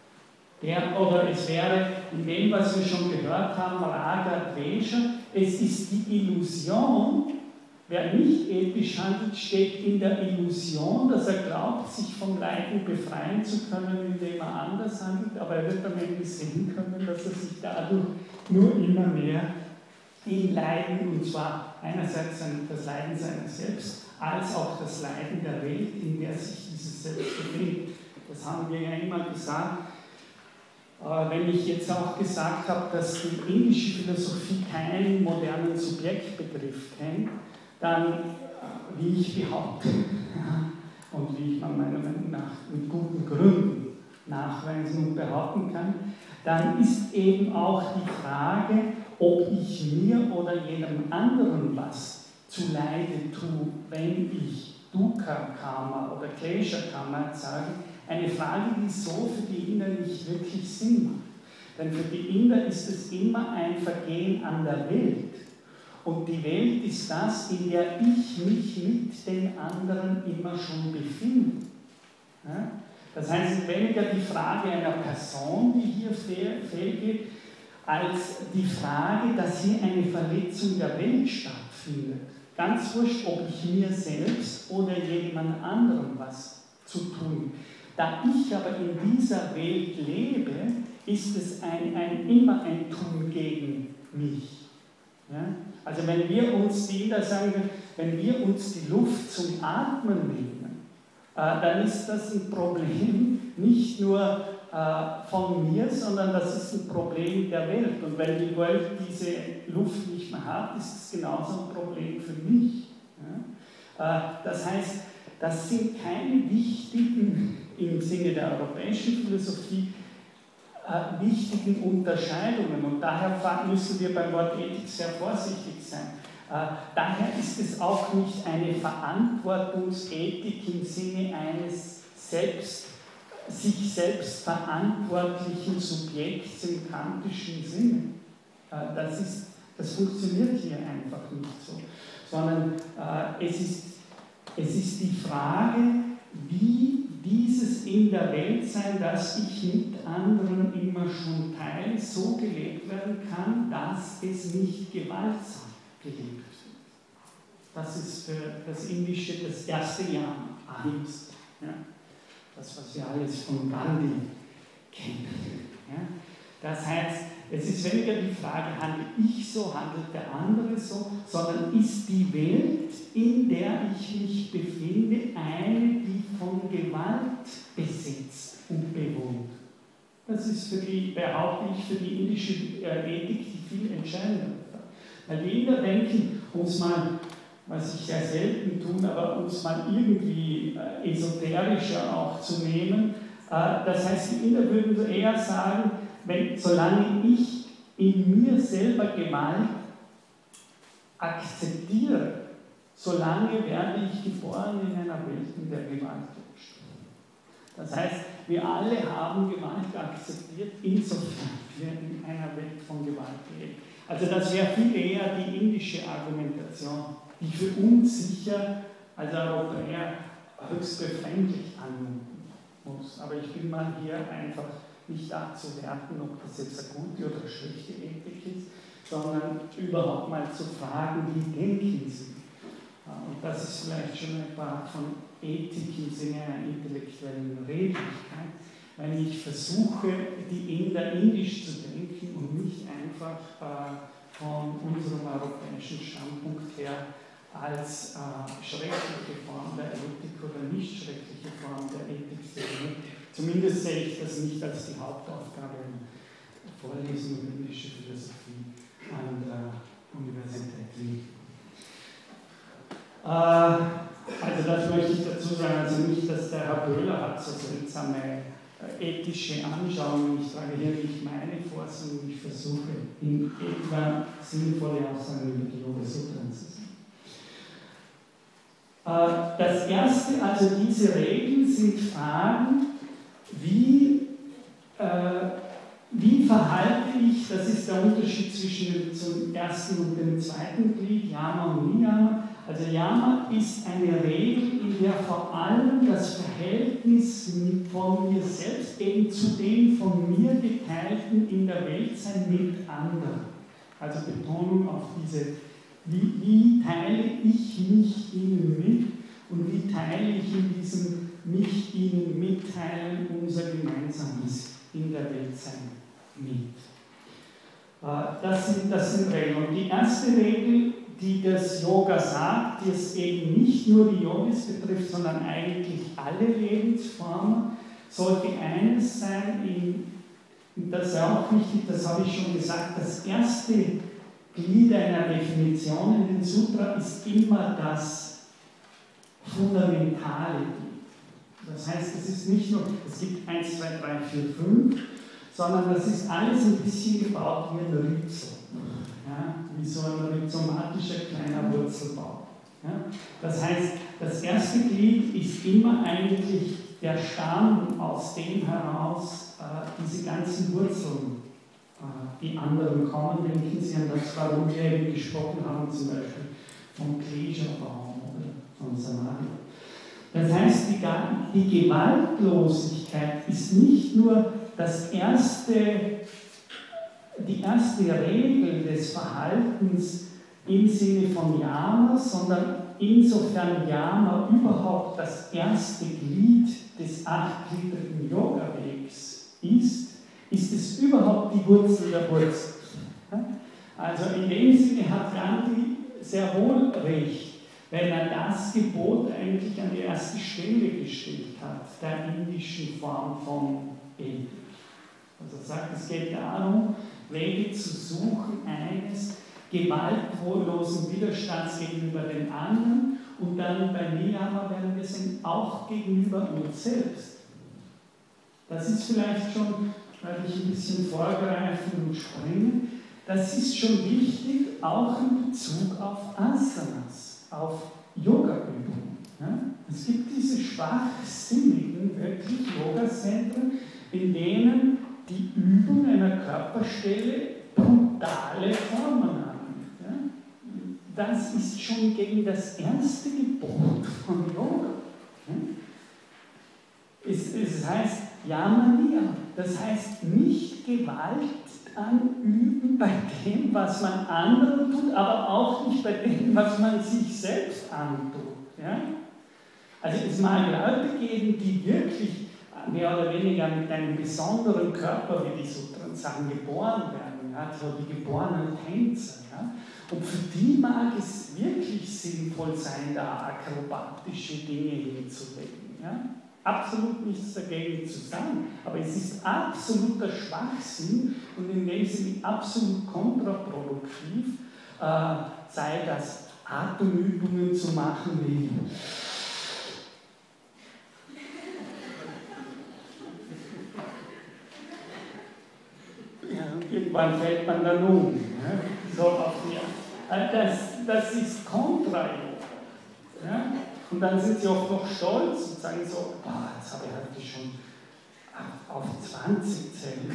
Oder es wäre in dem, was wir schon gehört haben, Raga, Dvesha, es ist die Illusion. Wer nicht ethisch handelt, steht in der Illusion, dass er glaubt, sich vom Leiden befreien zu können, indem er anders handelt, aber er wird am Ende sehen können, dass er sich dadurch nur immer mehr in Leiden, und zwar einerseits das Leiden seiner selbst, als auch das Leiden der Welt, in der sich dieses Selbst befindet. Das haben wir ja immer gesagt. Wenn ich jetzt auch gesagt habe, dass die indische Philosophie keinen modernen Subjektbegriff kennt, dann, wie ich behaupte, und wie ich meiner Meinung nach mit guten Gründen nachweisen und behaupten kann, dann ist eben auch die Frage, ob ich mir oder jedem anderen was zu Leide tue, wenn ich Dukkha-Karma oder Klesha-Karma sage, eine Frage, die so für die Inder nicht wirklich Sinn macht. Denn für die Inder ist es immer ein Vergehen an der Welt. Und die Welt ist das, in der ich mich mit den anderen immer schon befinde. Ja? Das heißt, weniger die Frage einer Person, die hier fehlgeht, als die Frage, dass hier eine Verletzung der Welt stattfindet. Ganz wurscht, ob ich mir selbst oder jemand anderem was zu tun. Da ich aber in dieser Welt lebe, ist es immer ein Tun gegen mich. Ja? Also wenn wir uns, die Inder sagen, wenn wir uns die Luft zum Atmen nehmen, dann ist das ein Problem nicht nur von mir, sondern das ist ein Problem der Welt. Und wenn die Welt diese Luft nicht mehr hat, ist es genauso ein Problem für mich. Ja? Das heißt, das sind keine wichtigen, im Sinne der europäischen Philosophie, wichtigen Unterscheidungen. Und daher müssen wir beim Wort Ethik sehr vorsichtig sein. Daher ist es auch nicht eine Verantwortungsethik im Sinne eines sich selbst verantwortlichen Subjekts im kantischen Sinne. Das funktioniert hier einfach nicht so. Sondern es ist die Frage, wie dieses in der Welt sein, das ich mit anderen immer schon teile, so gelebt werden kann, dass es nicht gewaltsam gelebt wird. Das ist für das Indische das erste Yama, Ahimsa. Ja? Das, was wir alles von Gandhi kennen. Ja? Das heißt, es ist weniger die Frage, handle ich so, handelt der andere so, sondern ist die Welt, in der ich mich befinde, eine, die von Gewalt besetzt und bewohnt. Das ist behaupte ich, für die indische Ethik die viel entscheidender. Weil die Inder denken, uns mal, was ich sehr selten tun, aber uns mal irgendwie esoterischer auch zu nehmen. Das heißt, die Inder würden so eher sagen, solange ich in mir selber Gewalt akzeptiere, solange werde ich geboren in einer Welt, in der Gewalt herrscht. Das heißt, wir alle haben Gewalt akzeptiert, insofern wir in einer Welt von Gewalt leben. Also das wäre viel eher die indische Argumentation, die für uns sicher als Europäer höchst befremdlich anmuten muss. Aber ich bin mal hier einfach nicht abzuwerten, ob das jetzt eine gute oder schlechte Ethik ist, sondern überhaupt mal zu fragen, wie denken Sie? Und das ist vielleicht schon eine Art von Ethik im Sinne einer intellektuellen Redlichkeit, wenn ich versuche, die Inder indisch zu denken und nicht einfach von unserem europäischen Standpunkt her als schreckliche Form der Ethik oder nicht schreckliche Form der Ethik sehen. Zumindest sehe ich das nicht als die Hauptaufgabe der Vorlesung über indische Philosophie an der Universität Wien. Also das möchte ich dazu sagen, also nicht, dass der Herr Böhler hat so seltsame ethische Anschauungen, ich trage hier nicht meine vor, sondern ich versuche in etwa sinnvolle Aussagen über die Yoga Sutren zu sagen. Das erste, also diese Regeln sind Fragen, wie verhalte ich, das ist der Unterschied zwischen dem ersten und dem zweiten Glied, Yama und Niyama. Also Yama ist eine Regel, in der vor allem das Verhältnis von mir selbst eben zu den von mir geteilten in der Welt sein mit anderen. Also Betonung auf diese, wie teile ich mich ihnen mit und wie teile ich in diesem mich ihnen mitteilen unser Gemeinsames in der Welt sein mit. Das sind Regeln. Und die erste Regel, die das Yoga sagt, die es eben nicht nur die Yogis betrifft, sondern eigentlich alle Lebensformen, sollte eines sein, und das ist auch wichtig, das habe ich schon gesagt, das erste Glied einer Definition in den Sutra ist immer das fundamentale Glied. Das heißt, es ist nicht nur, es gibt 1, 2, 3, 4, 5, sondern das ist alles ein bisschen gebaut wie ein Rhizom. Ja, wie so ein rhizomatischer kleiner Wurzelbau. Ja, das heißt, das erste Glied ist immer eigentlich der Stamm, aus dem heraus diese ganzen Wurzeln, die anderen kommen. Denken Sie an das, warum wir eben gesprochen haben, zum Beispiel vom Klesha-Baum oder von Samadhi. Das heißt, die Gewaltlosigkeit ist nicht nur die erste Regel des Verhaltens im Sinne von Yama, sondern insofern Yama überhaupt das erste Glied des 8-gliedrigen Yoga-Wegs ist es überhaupt die Wurzel der Wurzel. Also in dem Sinne hat Gandhi sehr wohl recht, wenn er das Gebot eigentlich an die erste Stelle gestellt hat, der indischen Form von Ethik. Also er sagt, es geht darum, Wege zu suchen eines gewaltlosen Widerstands gegenüber den anderen und dann bei Niyama werden wir sehen, auch gegenüber uns selbst. Das ist vielleicht schon, weil ich ein bisschen vorgreifen und springen, das ist schon wichtig, auch in Bezug auf Asanas, auf Yoga-Übungen. Ja? Es gibt diese schwachsinnigen, wirklich Yoga-Zentren, in denen die Übung einer Körperstelle brutale Formen annimmt. Ja? Das ist schon gegen das erste Gebot von Yoga. Ja? Es heißt Yama Niyama, das heißt nicht Gewalt anüben bei dem, was man anderen tut, aber auch nicht bei dem, was man sich selbst antut. Ja? Also es mag Leute geben, die wirklich mehr oder weniger mit einem besonderen Körper, wie die Sutren sagen, geboren werden, ja? So die geborenen Tänzer. Ja? Und für die mag es wirklich sinnvoll sein, da akrobatische Dinge hinzulegen. Ja? Absolut nichts dagegen zu sagen, aber es ist absoluter Schwachsinn und in dem Sinne absolut kontraproduktiv, sei das Atemübungen zu machen wie ja, und irgendwann fällt man dann um. Ja? So auf die, das ist kontra. Ja? Und dann sind sie oft noch stolz und sagen so, jetzt habe ich heute schon auf 20 Zellen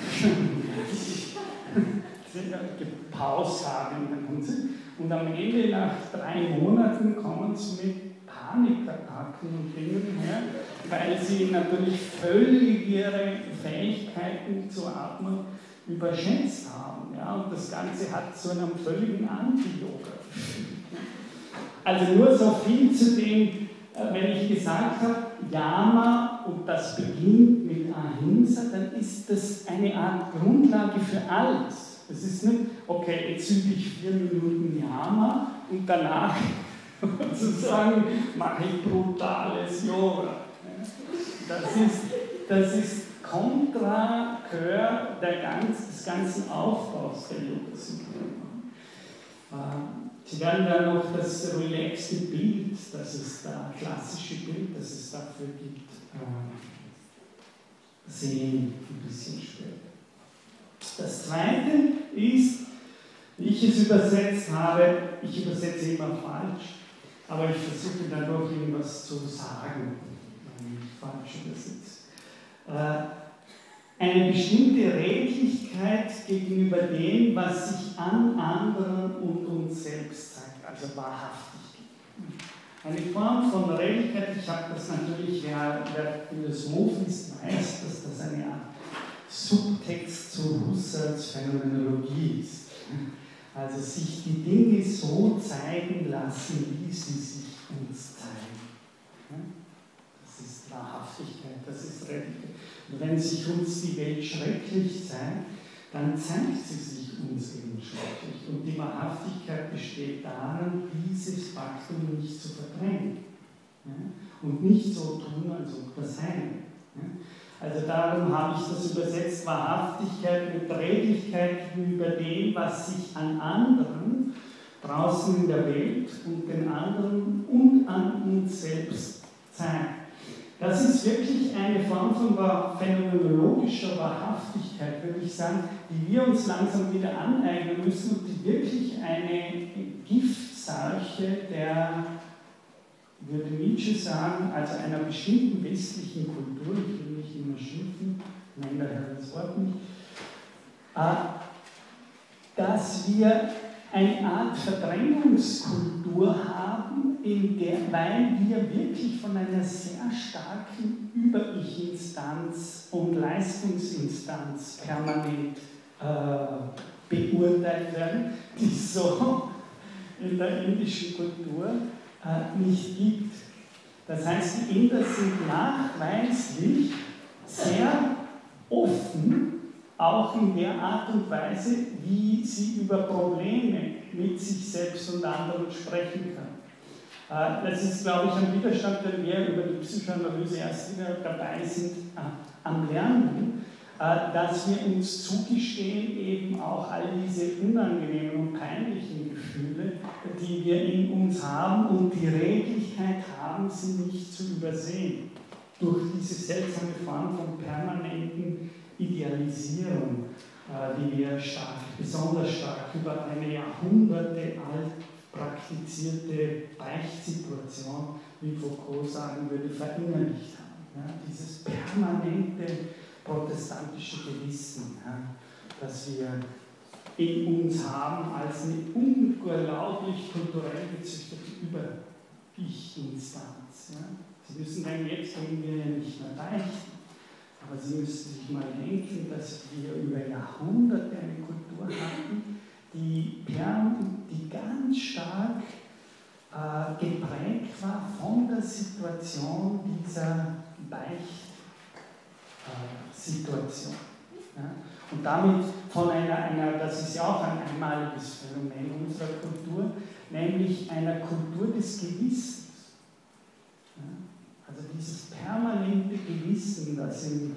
gepaust haben. Und am Ende, nach 3 Monaten, kommen sie mit Panikattacken und Dingen her, weil sie natürlich völlig ihre Fähigkeiten zu atmen überschätzt haben. Ja? Und das Ganze hat zu einem völligen Anti-Yoga geführt. Also nur so viel zu dem, wenn ich gesagt habe, Yama und das beginnt mit Ahimsa, dann ist das eine Art Grundlage für alles. Es ist nicht, okay, jetzt übe ich 4 Minuten Yama und danach sozusagen mache ich brutales Yoga. Das ist Kontra-Chör des ganzen Aufbaus der Yoga-Symptome. Sie werden dann noch das relaxte Bild, das klassische Bild, das es dafür gibt, sehen, ein bisschen später. Das zweite ist, wie ich es übersetzt habe, ich übersetze immer falsch, aber ich versuche dadurch irgendwas zu sagen, wenn ich falsch übersetze. Eine bestimmte Redlichkeit gegenüber dem, was sich an anderen und uns selbst zeigt, also Wahrhaftigkeit. Eine Form von Redlichkeit, ich habe das natürlich, wer Philosoph ist, weiß, dass das eine Art Subtext zu Husserls Phänomenologie ist. Also sich die Dinge so zeigen lassen, wie sie sich uns zeigen. Das ist Wahrhaftigkeit, das ist Redlichkeit. Und wenn sich uns die Welt schrecklich zeigt, dann zeigt sie sich uns eben schrecklich. Und die Wahrhaftigkeit besteht darin, dieses Faktum nicht zu verdrängen. Ja? Und nicht so tun, als ob das sei. Ja? Also darum habe ich das übersetzt, Wahrhaftigkeit mit Redlichkeit gegenüber dem, was sich an anderen draußen in der Welt und den anderen und an uns selbst zeigt. Das ist wirklich eine Form von phänomenologischer Wahrhaftigkeit, würde ich sagen, die wir uns langsam wieder aneignen müssen und die wirklich eine Giftseuche der, würde Nietzsche sagen, also einer bestimmten westlichen Kultur, ich will nicht immer schimpfen, nenne daher das Wort nicht, dass wir eine Art Verdrängungskultur haben, weil wir wirklich von einer sehr starken Über-Ich-Instanz und Leistungsinstanz permanent beurteilt werden, die es so in der indischen Kultur nicht gibt. Das heißt, die Inder sind nachweislich sehr offen, auch in der Art und Weise, wie sie über Probleme mit sich selbst und anderen sprechen können. Das ist, glaube ich, ein Widerstand, wenn wir über die Psychoanalyse erst wieder dabei sind, am Lernen, dass wir uns zugestehen, eben auch all diese unangenehmen und peinlichen Gefühle, die wir in uns haben und die Redlichkeit haben, sie nicht zu übersehen. Durch diese seltsame Form von permanenten Idealisierung, die wir besonders stark über eine Jahrhunderte alt praktizierte Beichtsituation, wie Foucault sagen würde, verinnerlicht haben. Ja, dieses permanente protestantische Gewissen, ja, das wir in uns haben als eine unglaublich kulturell gezüchtete Über-Ich-Instanz. Ja. Sie müssen dann jetzt gehen wir ja nicht mehr beichten. Aber Sie müssen sich mal denken, dass wir über Jahrhunderte eine Kultur Sondersituation dieser Beichtsituation. Ja? Und damit von das ist ja auch ein einmaliges Phänomen unserer Kultur, nämlich einer Kultur des Gewissens. Ja? Also dieses permanente Gewissen, das im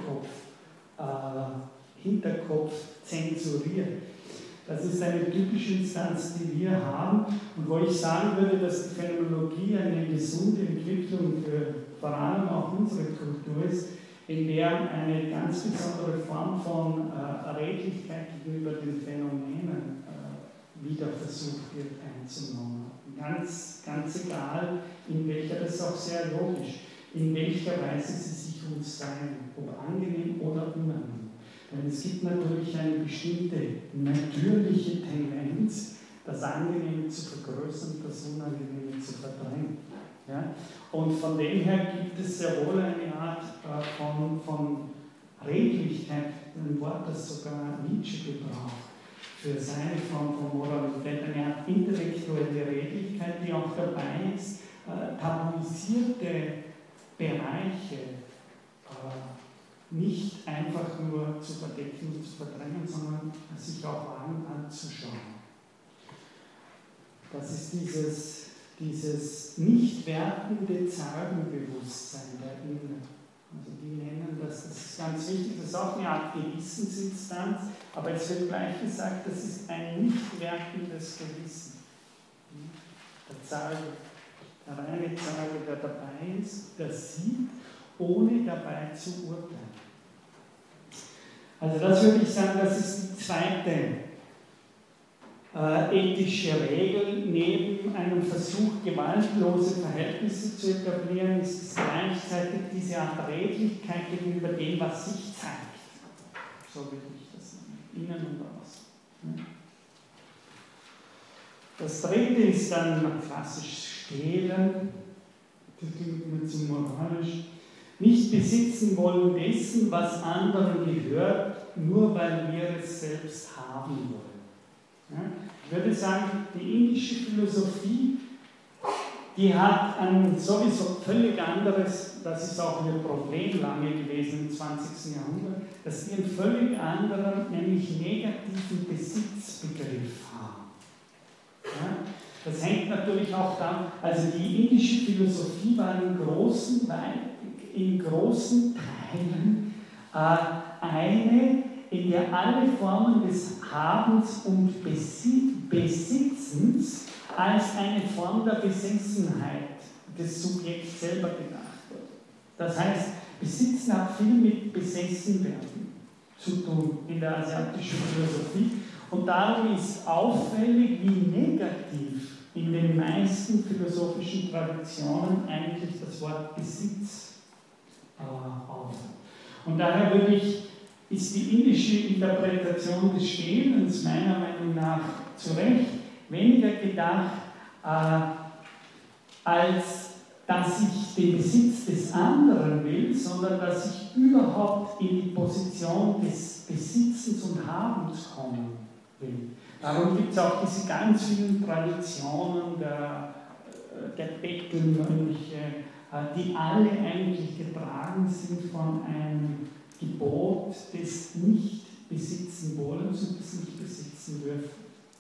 Hinterkopf zensuriert. Das ist eine typische Instanz, die wir haben und wo ich sagen würde, dass die Phänomenologie eine gesunde Entwicklung für vor allem auch unsere Kultur ist, in der eine ganz besondere Form von Redlichkeit gegenüber den Phänomenen wieder versucht wird einzunehmen. Ganz egal, in welcher, das ist auch sehr logisch, in welcher Weise sie sich uns zeigen, ob angenehm oder unangenehm. Denn es gibt natürlich eine bestimmte natürliche Tendenz, das Angenehme zu vergrößern, das Unangenehme zu verdrängen. Ja? Und von dem her gibt es sehr wohl eine Art von Redlichkeit, ein Wort, das sogar Nietzsche gebraucht, für seine Form von Moralität, eine Art intellektuelle Redlichkeit, die auch dabei ist, tabuisierte Bereiche nicht einfach nur zu verdecken und zu verdrängen, sondern sich auch wagen anzuschauen. Das ist dieses nicht wertende Zeugenbewusstsein der Inne. Also die nennen das ist ganz wichtig, das ist auch eine Art Gewissensinstanz, aber es wird gleich gesagt, das ist ein nicht wertendes Gewissen. Der Zeuge, der reine Zeuge, der dabei ist, der sieht, ohne dabei zu urteilen. Also das würde ich sagen, das ist die zweite ethische Regel. Neben einem Versuch, gewaltlose Verhältnisse zu etablieren, ist es gleichzeitig diese Art Redlichkeit gegenüber dem, was sich zeigt. So würde ich das nennen, innen und außen. Das dritte ist dann klassisch Stehlen, das klingt mir zu moralisch. Nicht besitzen wollen dessen, was anderen gehört, nur weil wir es selbst haben wollen. Ja? Ich würde sagen, die indische Philosophie, die hat ein sowieso völlig anderes, das ist auch ihr Problem lange gewesen im 20. Jahrhundert, dass sie einen völlig anderen, nämlich negativen Besitzbegriff haben. Ja? Das hängt natürlich auch daran, also die indische Philosophie war in großen Teilen eine, in der alle Formen des Habens und Besitzens als eine Form der Besessenheit des Subjekts selber gedacht wird. Das heißt, Besitzen hat viel mit Besessenwerden zu tun in der asiatischen Philosophie und darum ist auffällig, wie negativ in den meisten philosophischen Traditionen eigentlich das Wort Besitz auf. Und daher ist die indische Interpretation des Stehlens meiner Meinung nach zu Recht weniger gedacht, als dass ich den Besitz des anderen will, sondern dass ich überhaupt in die Position des Besitzens und Habens kommen will. Darum gibt es auch diese ganz vielen Traditionen der Bettelmönche, die alle eigentlich getragen sind von einem Gebot des Nicht-Besitzen-Wollens und des Nicht-Besitzen-Dürfen.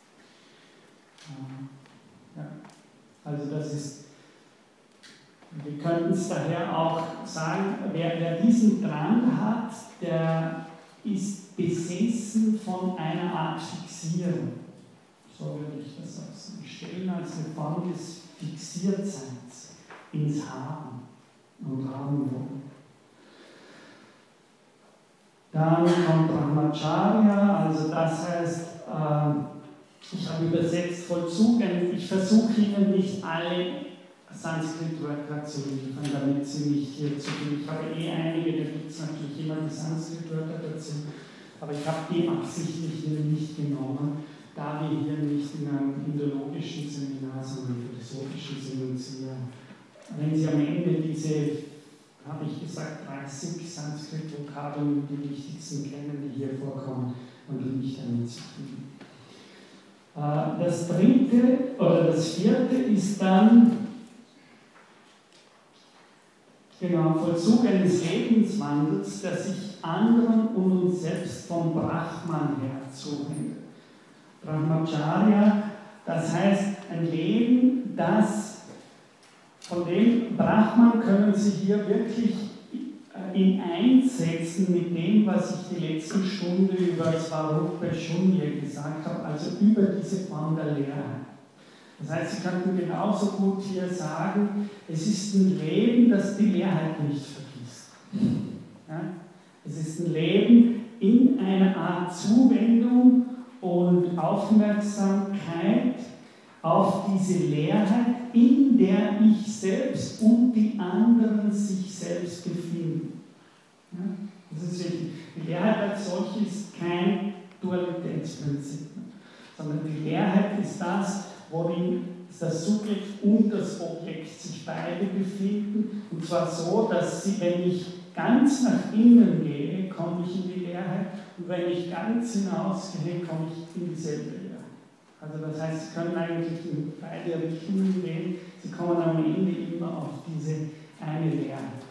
Ja. Also das ist, wir könnten es daher auch sagen, wer diesen Drang hat, der ist besessen von einer Art Fixierung. So würde ich das auch sagen. Stellen als eine Form des Fixiertseins ins Haben und Haben wollen. Dann kommt Brahmacharya, also das heißt, ich habe übersetzt Vollzug, ich versuche Ihnen nicht alle Sanskrit-Wörter zu liefern, damit Sie nicht hier zu viel. Ich habe einige, da gibt es natürlich immer die Sanskrit-Wörter dazu, aber ich habe die absichtlich hier nicht genommen, da wir hier nicht in einem indologischen Seminar, sondern im philosophischen sind. Wenn Sie am Ende diese, habe ich gesagt, 30 Sanskrit-Vokabeln, die wichtigsten kennen, die hier vorkommen, und die nicht damit zufrieden. Das dritte oder das vierte ist dann Genau, Vollzug eines Lebenswandels, der sich anderen und uns selbst vom Brahman her zuwendet. Brahmacharya, das heißt ein Leben, das von dem Brahman können Sie hier wirklich in einsetzen mit dem, was ich die letzte Stunde über Svarupa Shunya gesagt habe, also über diese Form der Leerheit. Das heißt, Sie könnten genauso gut hier sagen, es ist ein Leben, das die Leerheit nicht vergisst. Ja? Es ist ein Leben in einer Art Zuwendung und Aufmerksamkeit auf diese Leerheit, in der ich selbst und die anderen sich selbst befinden. Ja? Das ist wichtig. Die Leerheit als solche ist kein Dualitätsprinzip, sondern die Leerheit ist das, worin das Subjekt und das Objekt sich beide befinden, und zwar so, dass sie, wenn ich ganz nach innen gehe, komme ich in die Leerheit, und wenn ich ganz hinausgehe, komme ich in dieselbe Leerheit. Also das heißt, Sie können eigentlich in beide Richtungen gehen, Sie kommen am Ende immer auf diese eine Leerheit.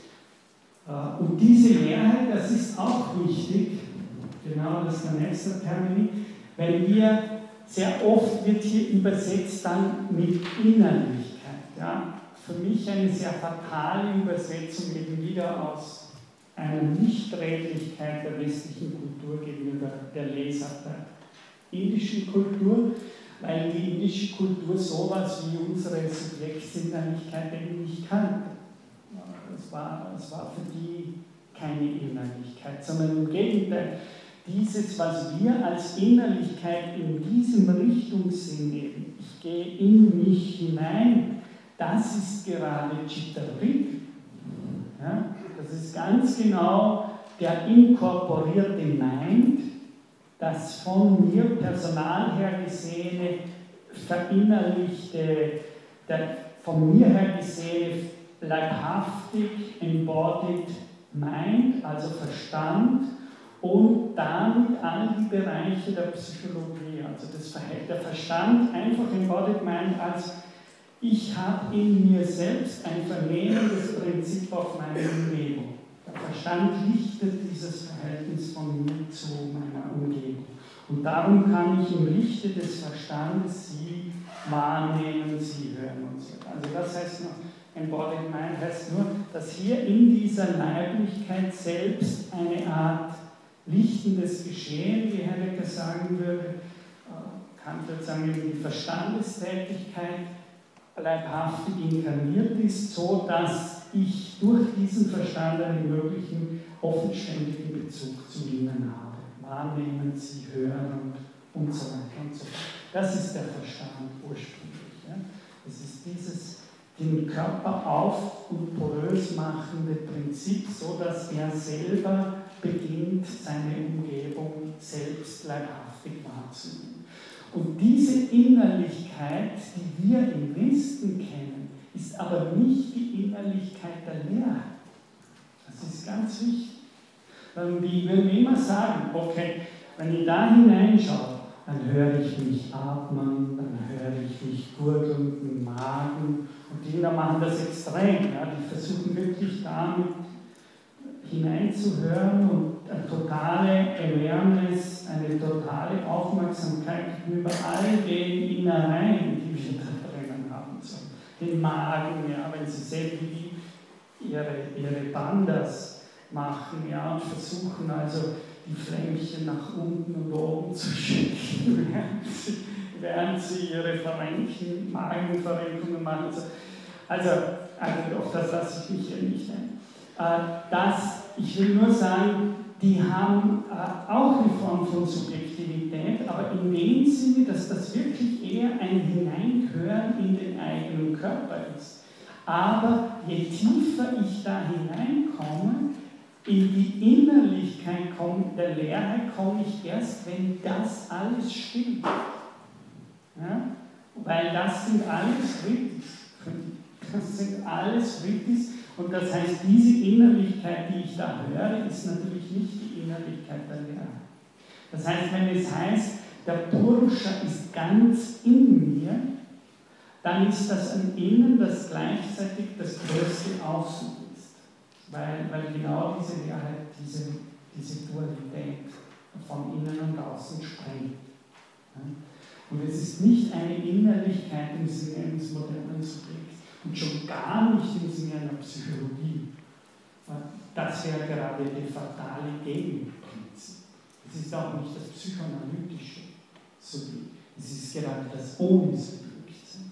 Und diese Leerheit, das ist auch wichtig, genau, das ist der nächste Termin, wenn wir sehr oft wird hier übersetzt dann mit Innerlichkeit. Ja? Für mich eine sehr fatale Übersetzung eben wieder aus einer Nichtredlichkeit der westlichen Kultur gegenüber der Lesart der indischen Kultur, weil die indische Kultur sowas wie unsere Subjektinnerlichkeit eben nicht kannte. Es war für die keine Innerlichkeit, sondern im Gegenteil. Dieses, was wir als Innerlichkeit in diesem Richtungssinn nehmen, ich gehe in mich hinein, das ist gerade Chittarit. Ja? Das ist ganz genau der inkorporierte Mind, das von mir personal her gesehene, verinnerlichte, der von mir her gesehene, leibhaftig embodied Mind, also Verstand, und damit all die Bereiche der Psychologie, also der Verstand, einfach embodied Mind als ich habe in mir selbst ein vernehmendes Prinzip auf meine Umgebung. Der Verstand richtet dieses Verhältnis von mir zu meiner Umgebung. Und darum kann ich im Lichte des Verstandes sie wahrnehmen, sie hören und so. Also das heißt noch, embodied Mind heißt nur, dass hier in dieser Leiblichkeit selbst eine Art lichtendes Geschehen, wie Heidegger sagen würde, Kant würde sagen, die Verstandestätigkeit leibhaftig inkarniert ist, so dass ich durch diesen Verstand einen möglichen offenständigen Bezug zu ihnen habe. Wahrnehmen, sie hören und so weiter und so fort. Das ist der Verstand ursprünglich. Ja? Es ist dieses den Körper auf- und porös machende Prinzip, so dass er selber beginnt, seine Umgebung selbst leibhaftig wahrzunehmen. Und diese Innerlichkeit, die wir im Westen kennen, ist aber nicht die Innerlichkeit der Leerheit. Das ist ganz wichtig. Wenn wir immer sagen, okay, wenn ich da hineinschaue, dann höre ich mich atmen, dann höre ich mich gurgeln im Magen. Und die Kinder machen das extrem. Ja? Die versuchen wirklich damit hineinzuhören und eine totale Awareness, eine totale Aufmerksamkeit gegenüber all den Innereien, die wir da drinnen haben. So, den Magen, ja, wenn sie sehen, wie die ihre Bandas machen, ja, und versuchen also die Flämmchen nach unten und oben zu schicken, während sie ihre Magenverrenkungen machen. Also auf das lasse ich mich hier nicht ein. Ich will nur sagen, die haben auch eine Form von Subjektivität, aber in dem Sinne, dass das wirklich eher ein Hineinhören in den eigenen Körper ist. Aber je tiefer ich da hineinkomme, in die Innerlichkeit der Leerheit komme ich erst, wenn das alles stimmt. Ja? Weil das sind alles Ritis. Das sind alles Ritis. Und das heißt, diese Innerlichkeit, die ich da höre, ist natürlich nicht die Innerlichkeit der Leerheit. Das heißt, wenn es heißt, der Purusha ist ganz in mir, dann ist das ein Innen, das gleichzeitig das größte Außen ist. weil genau diese Leerheit, diese Dualität von innen und außen sprengt. Und es ist nicht eine Innerlichkeit im Sinne eines modernen Subjekts und schon gar nicht im Sinne einer Psychologie. Das wäre gerade der fatale Gegenprinzip. Es ist auch nicht das psychoanalytische Subjekt, es ist gerade das Ohne-Subjektsein.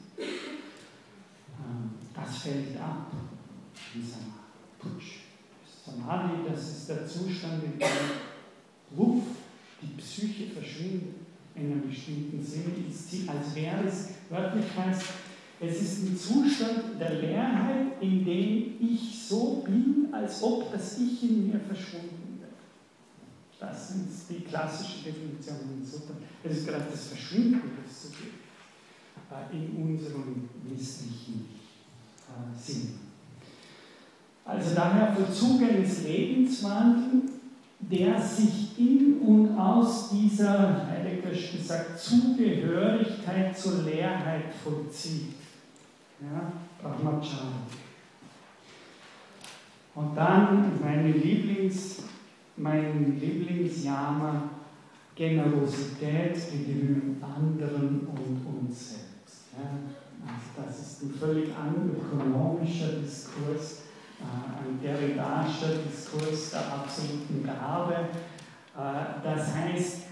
Das fällt ab in Samadhi. Samadhi, das ist der Zustand, in dem Wuff, die Psyche verschwindet in einem bestimmten Sinne, ist sie, als wäre es, wörtlich heißt, es ist ein Zustand der Leerheit, in dem ich so bin, als ob das Ich in mir verschwunden wäre. Das ist die klassische Definition in Sutta. Es ist gerade das Verschwinden des Subjekts in unserem westlichen Sinn. Also daher Vollzug eines Lebenswandels, der sich in und aus dieser, Heidegger gesagt, Zugehörigkeit zur Leerheit vollzieht. Ja, Brahmacharya. Und dann mein Lieblingsjama, Generosität gegenüber anderen und uns selbst. Ja, also das ist ein völlig ökonomischer Diskurs, ein derridascher Diskurs der absoluten Gabe. Das heißt,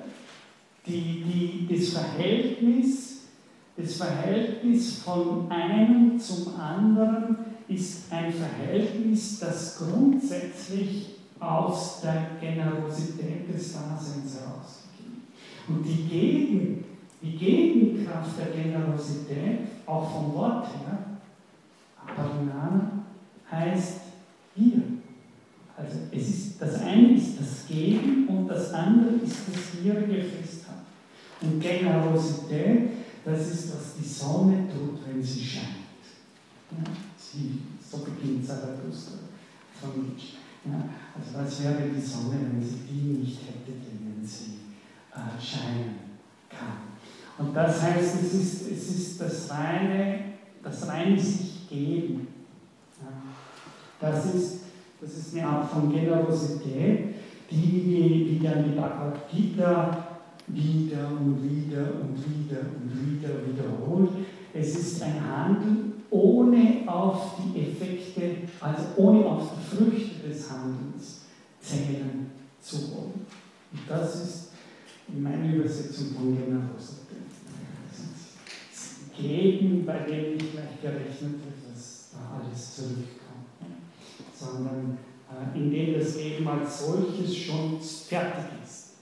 das Verhältnis von einem zum anderen ist ein Verhältnis, das grundsätzlich aus der Generosität des Daseins herausgeht. Und die Gegenkraft der Generosität, auch vom Wort her, Parinama, heißt wir. Also das eine ist das Geben und das andere ist das gierige Festhalten. Und Generosität, das ist, was die Sonne tut, wenn sie scheint. Ja, so beginnt Zarathustra von Nietzsche. Ja, also was wäre die Sonne, wenn sie die nicht hätte, wenn sie scheinen kann. Und das heißt, es ist das reine sich geben. Ja, das ist eine Art von Generosität, die dann die Bhagavad Gita wieder und wieder und wieder und wieder wiederholt. Es ist ein Handeln ohne auf die Effekte, also ohne auf die Früchte des Handelns zählen zu wollen. Und das ist in meiner Übersetzung von Generosität. Das Geben, bei dem nicht gleich gerechnet wird, dass da alles zurückkommt, sondern indem das Geben als solches schon fertig ist.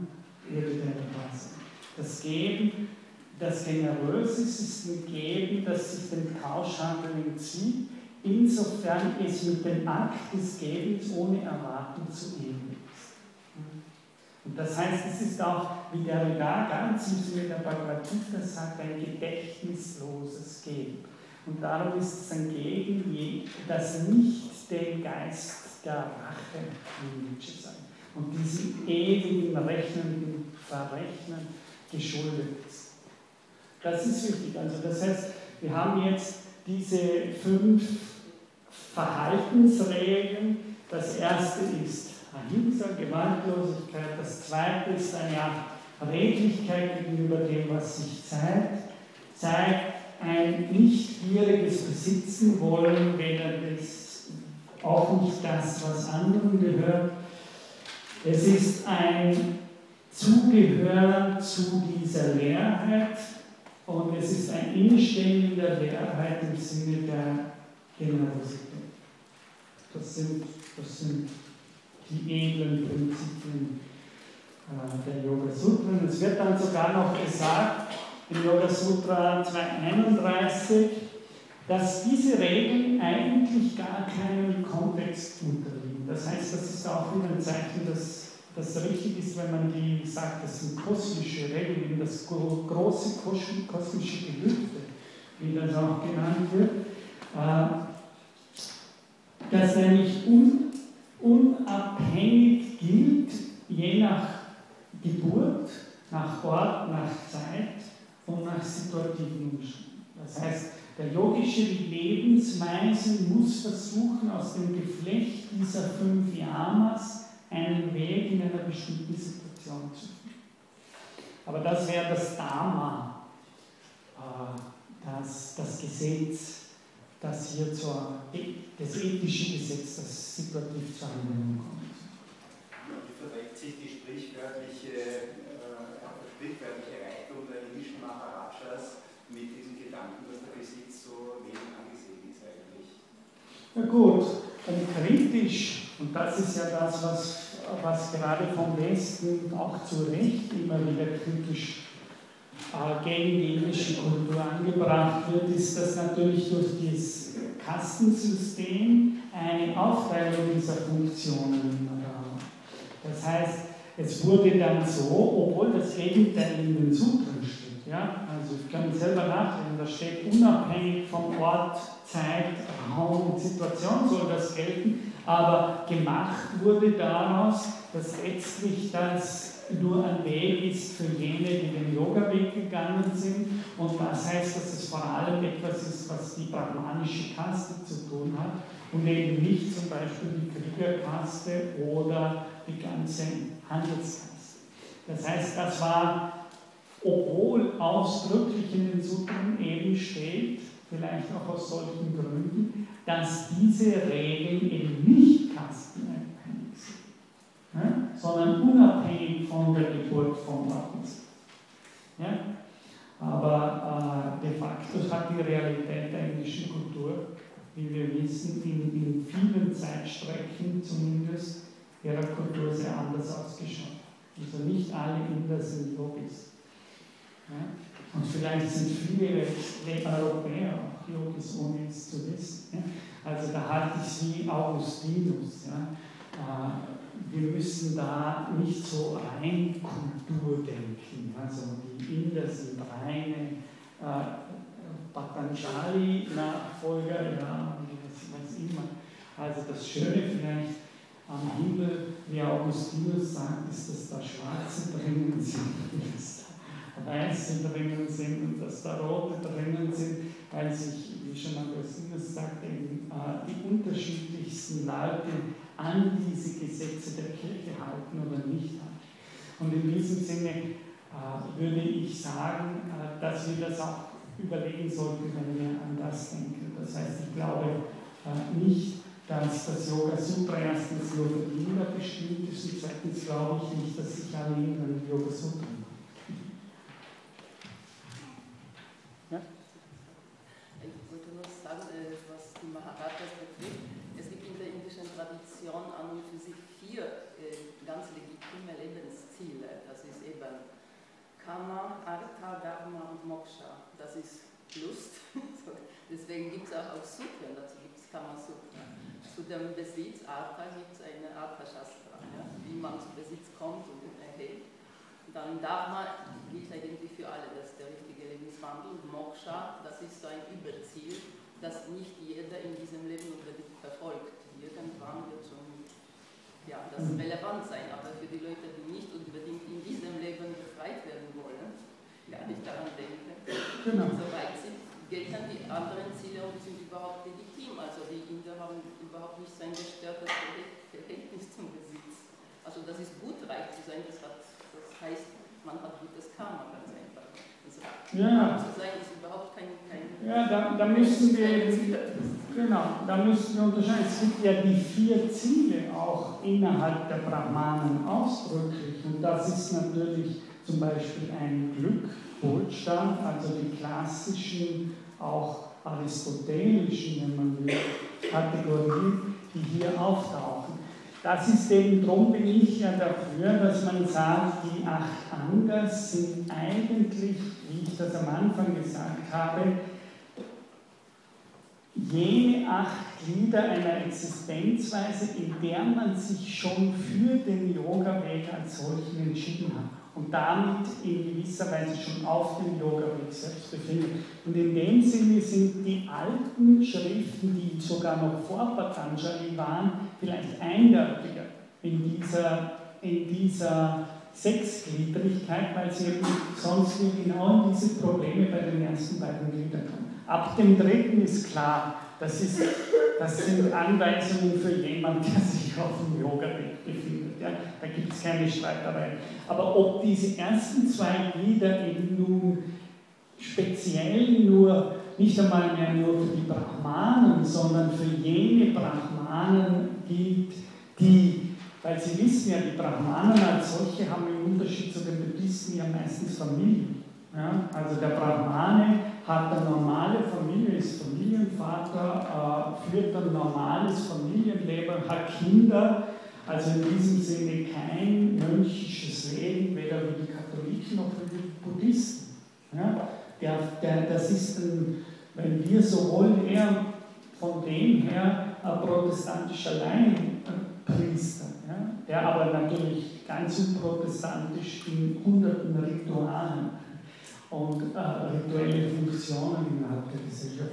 Das Geben, das generös ist ein Geben, das sich dem Tauschhandel entzieht, insofern es mit dem Akt des Gebens ohne Erwartung zu enden ist. Und das heißt, es ist auch, wie der Derrida ganz im Sinne der Bhagavad Gita sagt, ein gedächtnisloses Geben. Und darum ist es ein Geben, das nicht den Geist der Rache in Nietzsche sagt und diesem ewigen rechnenden Verrechnen geschuldet ist. Das ist wichtig. Also das heißt, wir haben jetzt diese 5 Verhaltensregeln. Das erste ist Ahimsa, Gewaltlosigkeit. Das zweite ist eine Art Redlichkeit gegenüber dem, was sich zeigt. Ein nicht gieriges Besitzen wollen, weder auch nicht das, was anderen gehört. Es ist ein Zugehören zu dieser Leerheit und es ist ein Instehen in der Leerheit im Sinne der Generosität. Das sind die edlen Prinzipien der Yoga-Sutren. Es wird dann sogar noch gesagt, im Yoga-Sutra 231, dass diese Regeln eigentlich gar keinem Kontext unterliegen. Das heißt, das ist auch wieder ein Zeichen, dass das richtig ist, wenn man die sagt, das sind kosmische Regeln, das große kosmische Gelübde, wie das auch genannt wird, das nämlich unabhängig gilt, je nach Geburt, nach Ort, nach Zeit und nach situativen Umständen. Das heißt, Der yogische Lebensweise muss versuchen, aus dem Geflecht dieser 5 Yamas einen Weg in einer bestimmten Situation zu finden. Aber das wäre das Dharma, das Gesetz, das hier das ethische Gesetz, das situativ zur Anwendung kommt. Wie verträgt sich die sprichwörtliche Reichtum der indischen Maharajas mit diesem Gedanken, dass der Besitz so wenig angesehen ist eigentlich? Na gut, und kritisch, und das ist ja das, was gerade vom Westen auch zu Recht immer wieder kritisch gegen die indische Kultur angebracht wird, ist, dass natürlich durch das Kastensystem eine Aufteilung dieser Funktionen immer da war. Das heißt, es wurde dann so, obwohl das Gegenteil in den Sutren steht. Ja? Also ich kann selber nachlesen, da steht unabhängig vom Ort, Zeit, Raum und Situation soll das gelten, aber gemacht wurde daraus, dass letztlich das nur ein Weg ist für jene, die den Yoga-Weg gegangen sind, und das heißt, dass es vor allem etwas ist, was die brahmanische Kaste zu tun hat und eben nicht zum Beispiel die Kriegerkaste oder die ganze Handelskaste. Das heißt, das war, obwohl ausdrücklich in den Sutren eben steht, vielleicht auch aus solchen Gründen, dass diese Regeln eben nicht kastenabhängig sind, ja, sondern unabhängig von der Geburt von Wappens. Ja? Aber de facto hat die Realität der indischen Kultur, wie wir wissen, in vielen Zeitstrecken zumindest ihrer Kultur sehr anders ausgeschaut. Also nicht alle Inder sind Yogis. Ja? Und vielleicht sind viele Europäer auch Yogis, ohne es zu wissen. Ja? Also da halte ich es wie Augustinus. Ja? Wir müssen da nicht so rein Kultur denken. Also die Inder sind reine Patanjali-Nachfolger, ja, was immer. Also das Schöne vielleicht am Himmel, wie Augustinus sagt, ist, dass da Schwarze drinnen sind, dass da Weiße drinnen sind und dass da Rote drinnen sind, weil sich, wie schon Augustinus sagt, eben, die unterschiedlichsten Leute an diese Gesetze der Kirche halten oder nicht halten. Und in diesem Sinne würde ich sagen, dass wir das auch überlegen sollten, wenn wir an das denken. Das heißt, ich glaube nicht, dass das Yoga Sutra erstens nur für Inder bestimmt ist und zweitens glaube ich nicht, dass sich alle Inder mit Yoga Sutra machen. Ja? Ich wollte nur sagen, was die Maharajas betrifft. Es gibt in der indischen Tradition an und für sich 4 ganz legitime Lebensziele. Das ist eben Kama, Artha, Dharma und Moksha. Das ist Lust. Deswegen gibt es auch Sutren, dazu gibt es Kama Sutra. Zu dem Besitz, Artha, gibt es eine Artha-Shastra, ja, wie man zu Besitz kommt und erhält. Dann Dharma gilt eigentlich für alle, das ist der richtige Lebenswandel. Und Moksha, das ist so ein Überziel, das nicht jeder in diesem Leben unbedingt verfolgt. Irgendwann wird schon das relevant sein, aber für die Leute, die nicht unbedingt in diesem Leben befreit werden wollen, gar nicht daran denken, soweit sind, gelten die anderen Ziele und sind überhaupt legitim. Also die Inder haben überhaupt nicht so ein gestörtes Verhältnis zum Besitz. Also das ist gut, reich zu sein, das heißt, man hat gutes Karma, ganz einfach. Also reich zu sein ist überhaupt kein da müssen wir unterscheiden. Es gibt ja die 4 Ziele auch innerhalb der Brahmanen ausdrücklich. Und das ist natürlich zum Beispiel ein Glück, Wohlstand, also die klassischen, auch aristotelischen, wenn man will, Kategorien, die hier auftauchen. Das ist eben, darum bin ich ja dafür, dass man sagt, die 8 Angas sind eigentlich, wie ich das am Anfang gesagt habe, jene 8 Glieder einer Existenzweise, in der man sich schon für den Yoga-Weg als solchen entschieden hat und damit in gewisser Weise schon auf dem Yoga-Weg selbst befindet. Und in dem Sinne sind die alten Schriften, die sogar noch vor Patanjali waren, vielleicht eindeutiger in dieser Sechsgliedrigkeit, weil sie eben sonst genau in diese Probleme bei den ersten beiden Gliedern kommen. Ab dem dritten ist klar, das sind Anweisungen für jemanden, der sich auf dem Yoga-Weg befindet. Ja? Da gibt es keine Streiterei. Aber ob diese ersten zwei Glieder eben nun speziell nicht einmal mehr nur für die Brahmanen, sondern für jene Brahmanen gilt, die, weil Sie wissen ja, die Brahmanen als solche haben im Unterschied zu den Buddhisten ja meistens Familie. Ja? Also der Brahmane hat eine normale Familie, ist Familienvater, führt ein normales Familienleben, hat Kinder, also in diesem Sinne kein mönchisches Leben, weder wie die Katholiken noch wie die Buddhisten. Ja? Das ist, wenn wir so wollen, eher von dem her ein protestantischer Laienpriester, ja? Der aber natürlich ganz unprotestantisch in hunderten Ritualen und rituelle Funktionen innerhalb der Gesellschaft.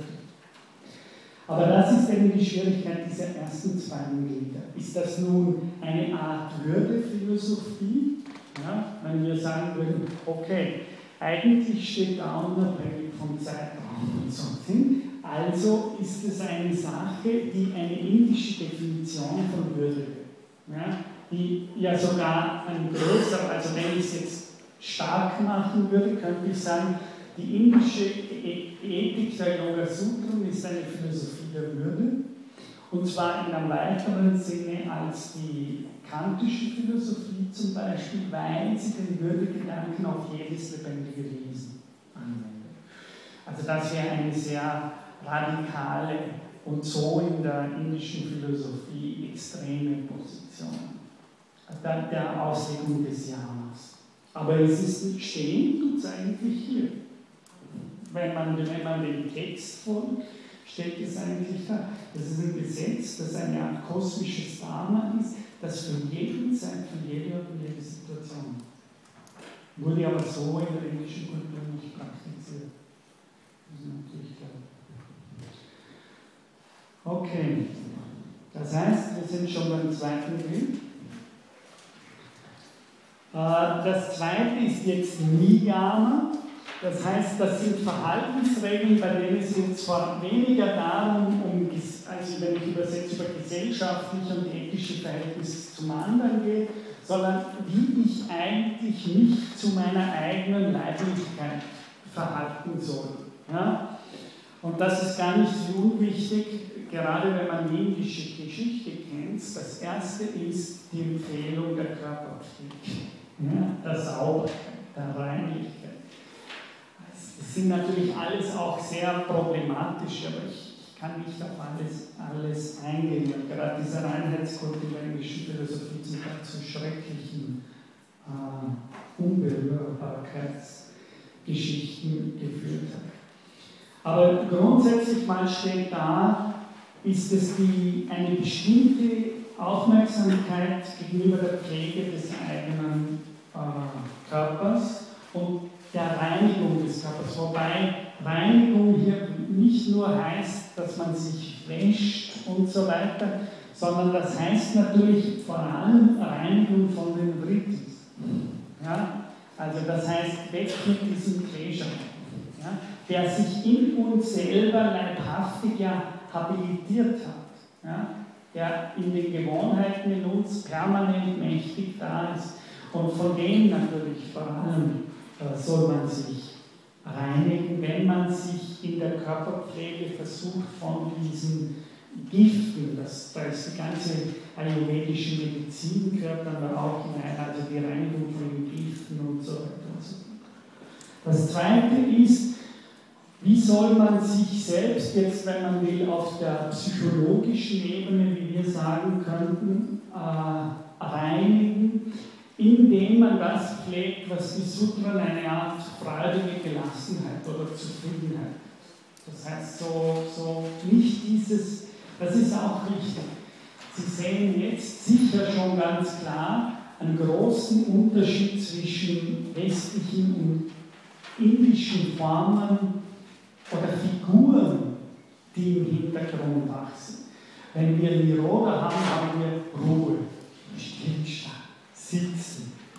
Aber das ist eben die Schwierigkeit dieser ersten zwei Glieder. Ist das nun eine Art Würdephilosophie? Ja? Wenn wir sagen würden, okay, eigentlich steht da unabhängig vom Zeitraum und so. Also ist es eine Sache, die eine indische Definition von Würde wird. Ja? Die ja sogar ein größer, also wenn ich es jetzt stark machen würde, könnte ich sagen, die indische Ethik der Yoga Sutren ist eine Philosophie der Würde, und zwar in einem weiteren Sinne als die kantische Philosophie zum Beispiel, weil sie den Würdegedanken auf jedes lebendige Wesen anwendet. Also das wäre eine sehr radikale und so in der indischen Philosophie extreme Position der Auslegung des Yamas. Aber es ist stehen, tut es eigentlich hier. Wenn man dem Text folgt, steht es eigentlich da. Das ist ein Gesetz, das eine Art kosmisches Dharma ist, das für jede Zeit, für jede und jede Situation wurde aber so in der indischen Kultur nicht praktiziert. Das ist natürlich klar. Okay, das heißt, wir sind schon beim zweiten Bild. Das zweite ist jetzt Niyama, das heißt, das sind Verhaltensregeln, bei denen es jetzt weniger darum, also wenn ich übersetze, über gesellschaftliche und ethische Verhältnisse zum anderen geht, sondern wie ich eigentlich mich zu meiner eigenen Leiblichkeit verhalten soll. Ja? Und das ist gar nicht so unwichtig, gerade wenn man die indische Geschichte kennt. Das erste ist die Empfehlung der Körperpflege. Ja, der Sauberkeit, der Reinlichkeit. Das sind natürlich alles auch sehr problematisch, aber ich kann nicht auf alles eingehen. Und gerade diese Reinheitskult in der englischen Philosophie zum Teil zu schrecklichen Unberührbarkeitsgeschichten geführt hat. Aber grundsätzlich mal steht da, ist es eine bestimmte Aufmerksamkeit gegenüber der Pflege des eigenen Körpers und der Reinigung des Körpers. Wobei Reinigung hier nicht nur heißt, dass man sich wäscht und so weiter, sondern das heißt natürlich vor allem Reinigung von den Vrittis. Ja? Also das heißt, weg mit diesem Klescher, ja? Der sich in uns selber leibhaftig ja habilitiert hat. Ja? Der in den Gewohnheiten in uns permanent mächtig da ist. Und von dem natürlich vor allem soll man sich reinigen, wenn man sich in der Körperpflege versucht, von diesen Giften, da ist die ganze ayurvedische Medizin gehört dann da auch hinein, also die Reinigung von den Giften und so weiter und so fort. Das zweite ist, wie soll man sich selbst jetzt, wenn man will, auf der psychologischen Ebene, wie wir sagen könnten, reinigen, indem man das pflegt, was die Sutren eine Art freudige Gelassenheit oder Zufriedenheit. Das heißt, so nicht dieses, das ist auch wichtig. Sie sehen jetzt sicher schon ganz klar einen großen Unterschied zwischen westlichen und indischen Formen oder Figuren, die im Hintergrund wachsen. Wenn wir Nirodha haben, haben wir Ruhe, Stillstand, Sitzen,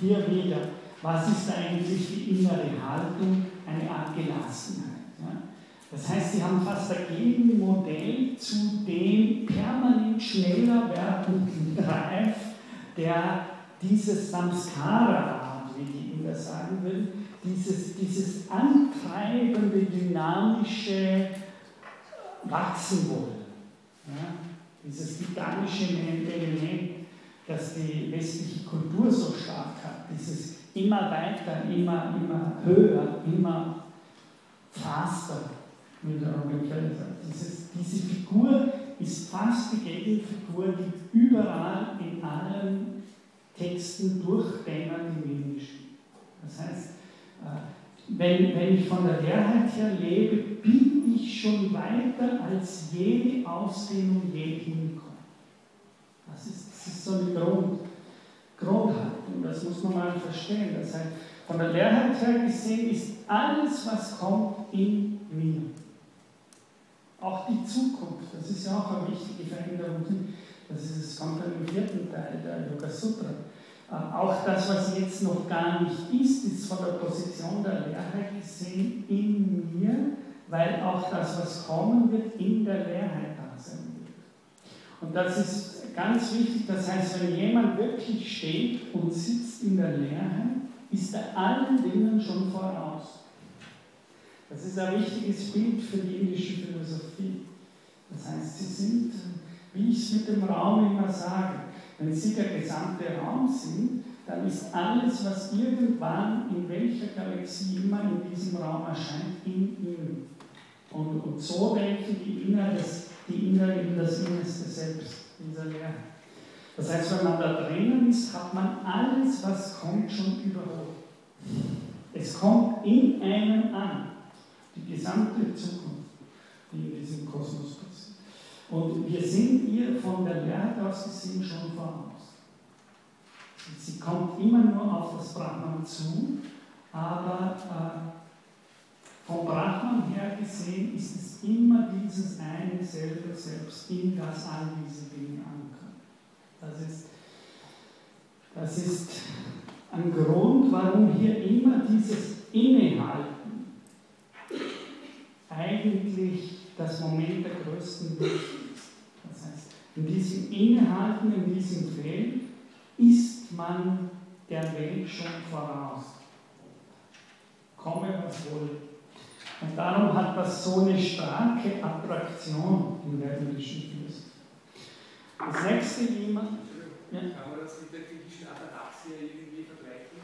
hier wieder, was ist eigentlich die innere Haltung, eine Art Gelassenheit. Ja? Das heißt, sie haben fast ein Gegenmodell zu dem permanent schneller werdenden Drive, der dieses Samskara, wie die Inder sagen will, dieses antreibende, dynamische Wachsen wollen. Ja? Dieses gigantische Element, das die westliche Kultur so stark hat, dieses immer weiter, immer höher, immer faster, wie der Robin Keller sagt. Diese Figur ist fast die Gegenfigur, die überall in allen Texten durchdämmert im Indischen. Das heißt, wenn ich von der Leerheit her lebe, bin ich schon weiter als jede Ausdehnung je hinkommt. Das ist so eine Grundhaltung, das muss man mal verstehen. Das heißt, von der Leerheit her gesehen ist alles, was kommt, in mir. Auch die Zukunft, das ist ja auch eine wichtige Veränderung. Das kommt dann im 4. Teil der Yoga Sutra. Auch das, was jetzt noch gar nicht ist von der Position der Leerheit gesehen in mir, weil auch das, was kommen wird, in der Leerheit da sein wird. Und das ist ganz wichtig, das heißt, wenn jemand wirklich steht und sitzt in der Leerheit, ist er allen Dingen schon voraus. Das ist ein wichtiges Bild für die indische Philosophie. Das heißt, sie sind, wie ich es mit dem Raum immer sage, wenn Sie der gesamte Raum sind, dann ist alles, was irgendwann in welcher Galaxie immer in diesem Raum erscheint, in Ihnen. Und so denken die Inder in das Innerste selbst, dieser Leerheit. Das heißt, wenn man da drinnen ist, hat man alles, was kommt, schon überholt. Es kommt in einem an, die gesamte Zukunft, die in diesem Kosmos passiert. Und wir sind ihr von der Leerheit aus gesehen schon voraus. Sie kommt immer nur auf das Brahman zu, aber vom Brahman her gesehen ist es immer dieses eine selbe Selbst, in das all diese Dinge ankommen. Das ist ein Grund, warum hier immer dieses Innehalten eigentlich das Moment der größten Lust ist. Das heißt, in diesem Innehalten, in diesem Feld, ist man der Welt schon voraus. Komme, was wolle. Und darum hat das so eine starke Attraktion in der indischen Philosophie. Das nächste, wie man. Ja? Kann man das mit der griechischen Ataraxia irgendwie vergleichen?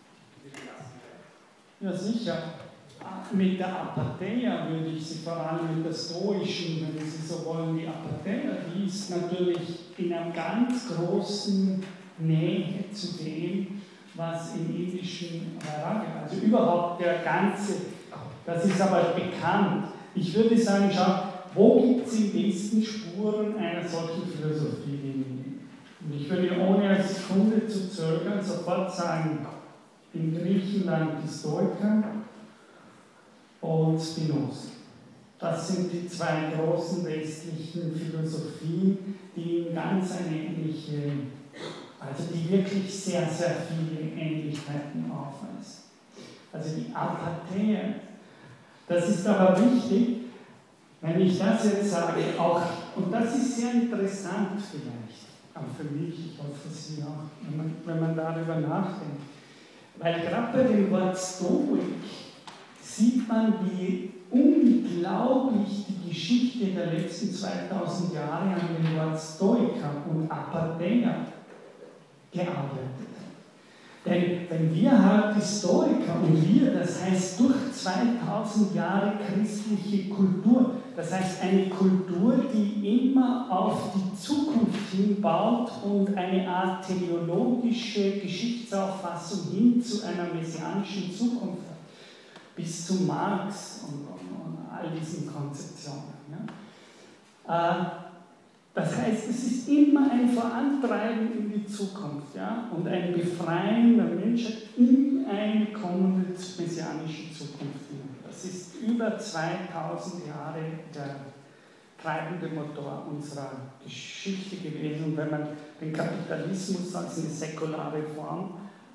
Ja, sicher. Mit der Apatheia würde ich sie vor allem mit der stoischen, wenn Sie so wollen, die Apatheia, die ist natürlich in einer ganz großen Nähe zu dem, was im indischen Vairagya, also überhaupt der ganze, das ist aber bekannt. Ich würde sagen, schau, wo gibt es im Westen Spuren einer solchen Philosophie wie in Indien? Und ich würde ohne eine Sekunde zu zögern sofort sagen, in Griechenland die Stoiker und Spinoza. Das sind die zwei großen westlichen Philosophien, die in ganz eine ähnliche, also die wirklich sehr, sehr viele Ähnlichkeiten aufweisen. Also die Apatheia. Das ist aber wichtig, wenn ich das jetzt sage, auch, und das ist sehr interessant vielleicht, auch für mich, ich hoffe Sie auch, wenn man darüber nachdenkt. Weil gerade bei dem Wort Stoik sieht man, wie unglaublich die Geschichte der letzten 2000 Jahre an dem Wort Stoiker und Apatheia gearbeitet hat. Denn wenn wir halt die Stoiker und wir, das heißt durch 2000 Jahre christliche Kultur, das heißt eine Kultur, die immer auf die Zukunft hinbaut und eine Art teleologische Geschichtsauffassung hin zu einer messianischen Zukunft hat, bis zu Marx und all diesen Konzeptionen. Ja? Das heißt, es ist immer ein Vorantreiben in die Zukunft, ja? Und ein Befreien der Menschheit in eine kommende messianische Zukunft. Das ist über 2000 Jahre der treibende Motor unserer Geschichte gewesen. Und wenn man den Kapitalismus als eine säkulare Form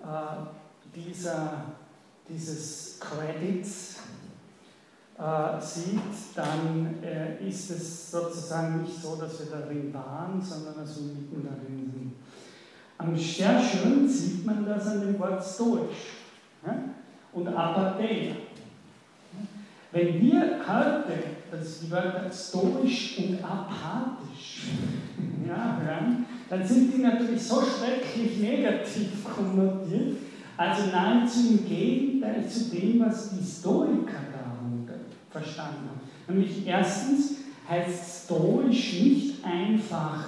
dieses Credits sieht, dann ist es sozusagen nicht so, dass wir darin waren, sondern dass wir mitten darin sind. Sehr schön sieht man das an dem Wort stoisch, ja? Und apatheia. Wenn wir heute die Wörter stoisch und apathisch hören, dann sind die natürlich so schrecklich negativ konnotiert, also nahezu im Gegenteil zu dem, was die Stoiker darunter verstanden haben. Nämlich erstens heißt stoisch nicht einfach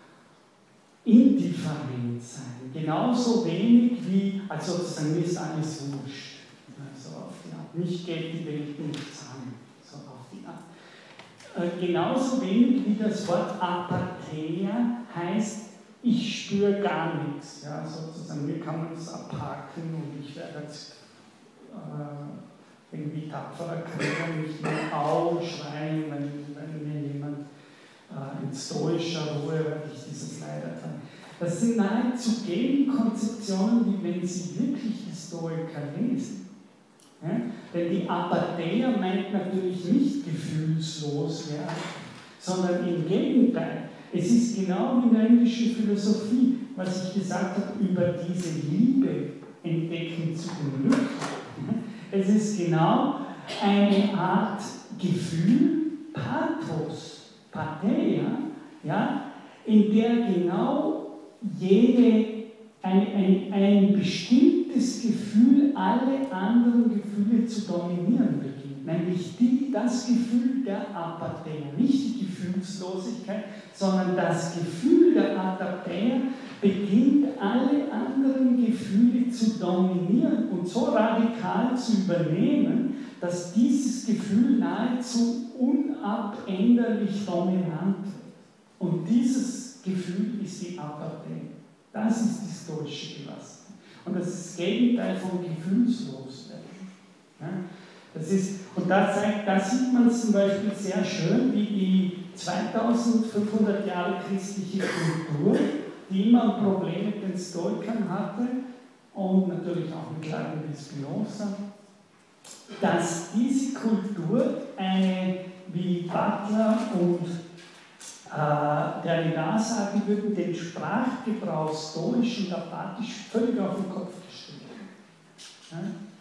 indifferent sein, genauso wenig wie, also sozusagen, mir ist alles wurscht. So auf die Art. Mich geht die Welt nichts an. So auf die Art. Genauso wenig wie das Wort Apatheia heißt, ich spüre gar nichts. Ja, sozusagen, mir kann man das abhaken und ich werde jetzt irgendwie tapferer Krieger nicht mehr aufschreien, wenn mir jemand in stoischer Ruhe werde ich dieses Leid erfahren. Das sind nahezu Gegenkonzeptionen, wie wenn Sie wirklich die Stoiker lesen. Ja? Denn die Apatheia meint natürlich nicht gefühlslos werden, sondern im Gegenteil. Es ist genau wie in der indischen Philosophie, was ich gesagt habe, über diese Liebe entdecken zu dem Glück. Es ist genau eine Art Gefühl, Pathos, Patheia, ja, in der genau ein bestimmtes Gefühl alle anderen Gefühle zu dominieren beginnt. Nämlich das Gefühl der Apatheia, nicht die Gefühlslosigkeit, sondern das Gefühl der Apatheia beginnt alle anderen Gefühle zu dominieren und so radikal zu übernehmen, dass dieses Gefühl nahezu unabänderlich dominant wird. Und dieses Gefühl ist die Apathie. Das ist die stoische Gelassenheit. Und das ist das Gegenteil von Gefühlsloswerden. Ja? Und da sieht man zum Beispiel sehr schön, wie die 2500 Jahre christliche Kultur, die immer ein Problem mit den Stoikern hatte und natürlich auch mit Leuten wie Spinoza, dass diese Kultur wie Butler und Derrida sagen würden, den Sprachgebrauch stoisch und apathisch völlig auf den Kopf gestellt. Ja?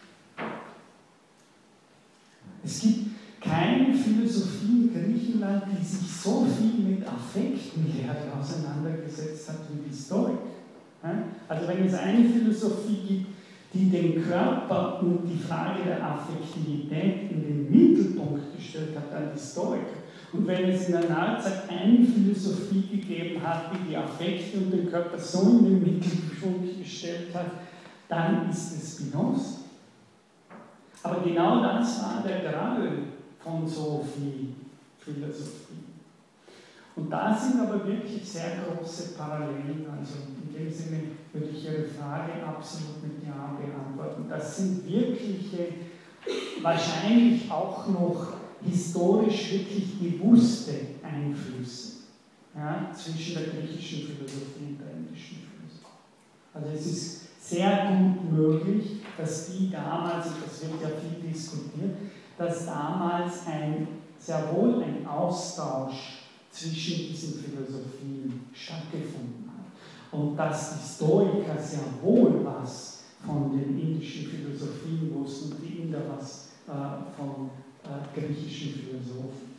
Es gibt keine Philosophie in Griechenland, die sich so viel mit Affektenlehre auseinandergesetzt hat wie die Stoik. Also wenn es eine Philosophie gibt, die den Körper und die Frage der Affektivität in den Mittelpunkt gestellt hat, dann die Stoiker. Und wenn es in der Neuzeit eine Philosophie gegeben hat, die Affekte und den Körper so in den Mittelpunkt gestellt hat, dann ist es Spinoza. Aber genau das war der Graal von so viel Philosophie. Und da sind aber wirklich sehr große Parallelen. Also in dem Sinne würde ich Ihre Frage absolut mit Ja beantworten. Das sind wirkliche, wahrscheinlich auch noch historisch wirklich bewusste Einflüsse, ja, zwischen der griechischen Philosophie und der indischen Philosophie. Also es ist sehr gut möglich, dass die damals, und das wird ja viel diskutiert, dass damals sehr wohl ein Austausch zwischen diesen Philosophien stattgefunden hat. Und dass die Stoiker sehr wohl was von den indischen Philosophien wussten und die Inder was von griechischen Philosophen.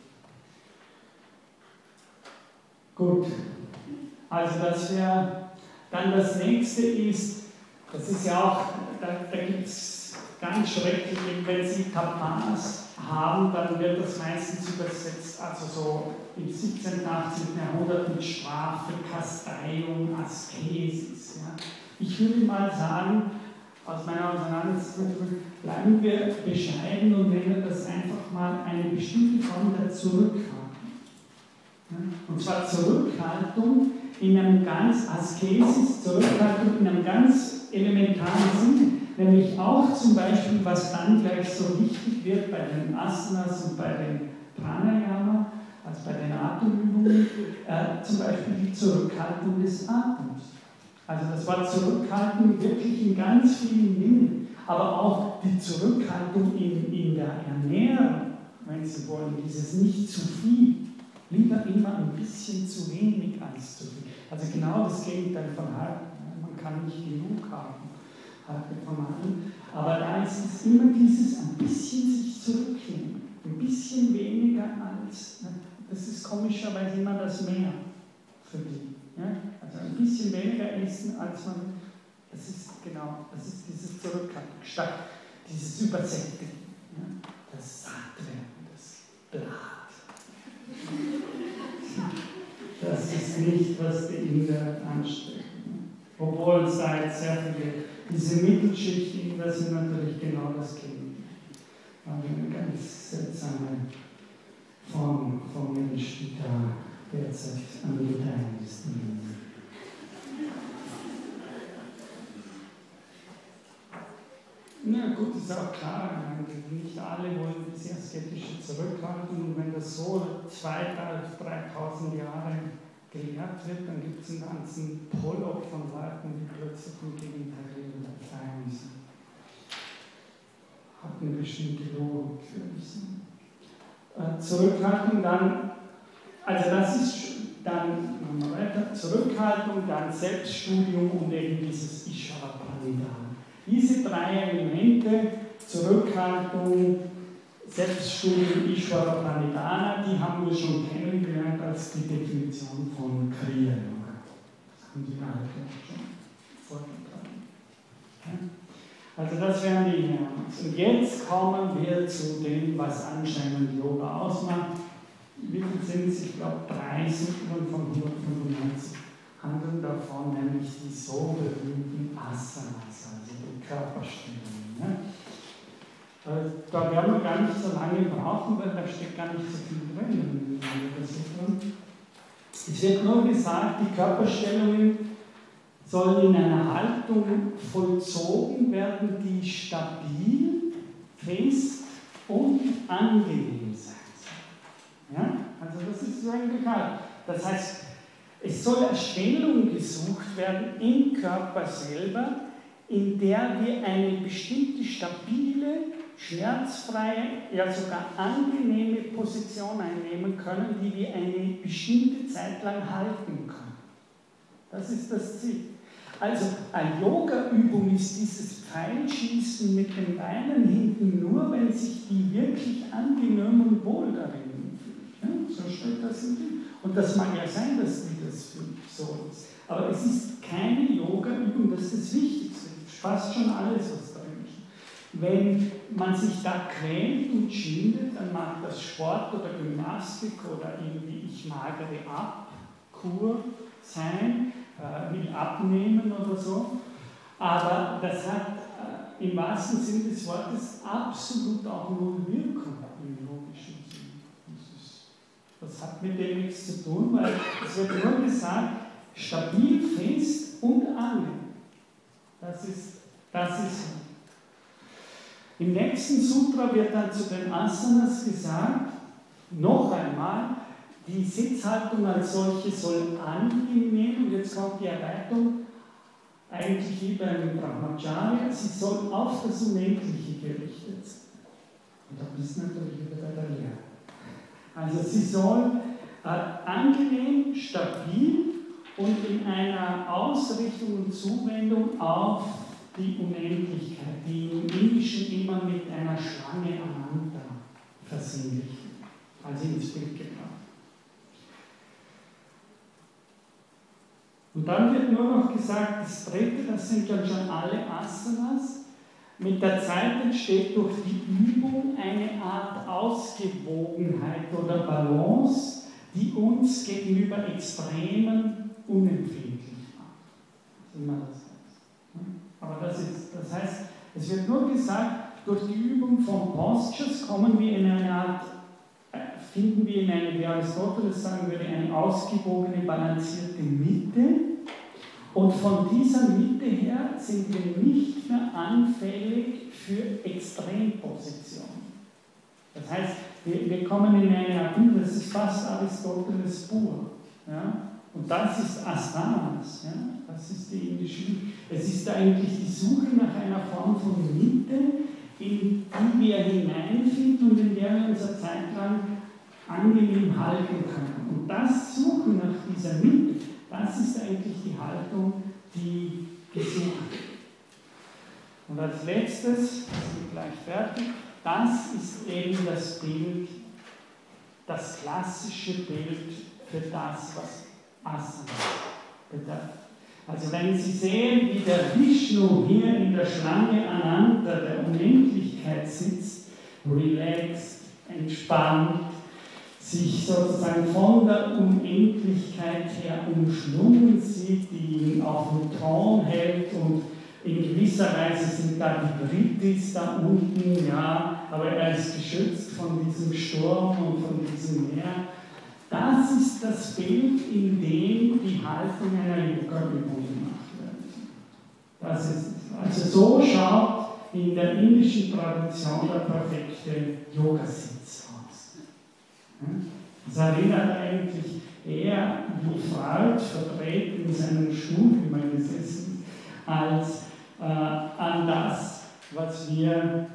Gut, also das wäre dann das nächste ist, das ist ja auch, da gibt es ganz schrecklich, wenn Sie Tapas haben, dann wird das meistens übersetzt, also so im 17., 18. Jahrhundert mit Strafe, Kasteiung, Askesis. Ja. Ich würde mal sagen, aus meiner Auseinandersetzung, bleiben wir bescheiden und nennen das einfach mal eine bestimmte Form der Zurückhaltung. Ja. Und zwar Zurückhaltung in einem Askesis, Zurückhaltung in einem ganz elementaren Sinn, nämlich auch zum Beispiel, was dann gleich so wichtig wird bei den Asanas und bei den Pranayama, also bei den Atemübungen, zum Beispiel die Zurückhaltung des Atems. Also das Wort zurückhalten wirklich in ganz vielen Dingen, aber auch die Zurückhaltung in der Ernährung, wenn Sie wollen, dieses nicht zu viel, lieber immer ein bisschen zu wenig als zu viel. Also genau das Gegenteil von halten. Man kann nicht genug haben, halten von allem, aber da ist es immer dieses ein bisschen sich zurücknehmen, ein bisschen weniger als, das ist komischerweise immer das Mehr für die. Ja? Also ein bisschen weniger essen, als man, das ist dieses Zurückhalten, statt dieses Übersättigen, ja? Das Sattwerden, das Blatt. Das ist nicht, was die Inder anstreben. Obwohl es da jetzt sehr viele, diese Mittelschicht Inder sind natürlich genau das Gegenteil. Aber eine ganz seltsame Form von Mensch, die da derzeit an der Gedeihen ist. Na gut, ist auch klar, nicht alle wollen diese asketische Zurückhaltung, und wenn das so 2.000, 3.000 Jahre gelehrt wird, dann gibt es einen ganzen Pollock von Leuten, die plötzlich im Gegenteil erfahren sind. Hat eine bestimmte Logik für mich. Zurückhaltung dann, also das ist dann, machen wir weiter, Zurückhaltung, dann Selbststudium und eben dieses Ishvara-Pranidhana. Diese 3 Elemente, Zurückhaltung, Selbststudium, Ishvara-Pranidhana, die haben wir schon kennengelernt als die Definition von Kriya Yoga. Das haben die alle schon vorgetragen. Ja? Also das wären die Yamas. Und jetzt kommen wir zu dem, was anscheinend Yoga ausmacht. Wie viel sind es? Ich glaube 30 von 195 handeln davon, nämlich die so berühmten Asanas, also die Körperstellungen. Ne? Da werden wir gar nicht so lange brauchen, weil da steckt gar nicht so viel drin. Es wird nur gesagt, die Körperstellungen sollen in einer Haltung vollzogen werden, die stabil, fest und angenehm sein soll. Ja? Also das ist so eigentlich halt. Das heißt, es soll eine Stellung gesucht werden im Körper selber, in der wir eine bestimmte stabile, schmerzfreie, ja sogar angenehme Position einnehmen können, die wir eine bestimmte Zeit lang halten können. Das ist das Ziel. Also eine Yoga-Übung ist dieses Pfeilschießen mit den Beinen hinten nur, wenn sich die wirklich angenehm und wohl darin fühlt. Ja, so steht das in dem. Und das mag ja sein, dass die das so ist. Aber es ist keine Yoga-Übung, das ist das Wichtigste. Fast schon alles, was drin ist. Wenn man sich da quält und schindet, dann mag das Sport oder Gymnastik oder irgendwie ich magere ab, Kur sein, will abnehmen oder so. Aber das hat im wahrsten Sinne des Wortes absolut auch null Wirkung im logischen Sinn. Das hat mit dem nichts zu tun, weil es wird nur gesagt, stabil, fest und angenehm. Das ist so. Im nächsten Sutra wird dann zu den Asanas gesagt, noch einmal, die Sitzhaltung als solche soll angenehm, und jetzt kommt die Erweiterung, eigentlich wie beim Brahmacharya, sie soll auf das Unendliche gerichtet sein. Und da bist du natürlich wieder bei der Lehre. Also sie soll angenehm, stabil und in einer Ausrichtung und Zuwendung auf die Unendlichkeit, die im Indischen immer mit einer Schlange Ananta versinnlichen, also ins Bild gebracht. Und dann wird nur noch gesagt, das dritte, das sind dann schon alle Asanas. Mit der Zeit entsteht durch die Übung eine Art Ausgewogenheit oder Balance, die uns gegenüber Extremen unempfindlich macht. Wie man das heißt. Aber das heißt, es wird nur gesagt, durch die Übung von Postures kommen wir in eine Art, finden wir in eine, wie Aristoteles sagen würde, eine ausgewogene, balancierte Mitte. Und von dieser Mitte her sind wir nicht mehr anfällig für Extrempositionen. Das heißt, wir kommen in eine Art, das ist fast Aristoteles pur. Ja? Und das ist Astanas, ja? Das ist die indische. Es ist eigentlich die Suche nach einer Form von Mitte, in die wir hineinfinden und in der wir uns eine Zeit lang angenehm halten können. Und das Suchen nach dieser Mitte, das ist eigentlich die Haltung, die gesucht wird. Und als letztes, sind wir gleich fertig, das ist eben das Bild, das klassische Bild für das, was Asana bedeutet. Also wenn Sie sehen, wie der Vishnu hier in der Schlange Ananta, der Unendlichkeit sitzt, relaxed, entspannt, sich sozusagen von der Unendlichkeit her umschlungen sieht, die ihn auf dem Thron hält und in gewisser Weise sind da die Britis da unten, ja, aber er ist geschützt von diesem Sturm und von diesem Meer. Das ist das Bild, in dem die Haltung einer Yoga-Übung gemacht wird. Das ist es. Also so schaut in der indischen Tradition der perfekte Yogasitz aus. Das erinnert eigentlich eher, wie Freud verdreht in seinem Stuhl immer gesessen, als an das, was wir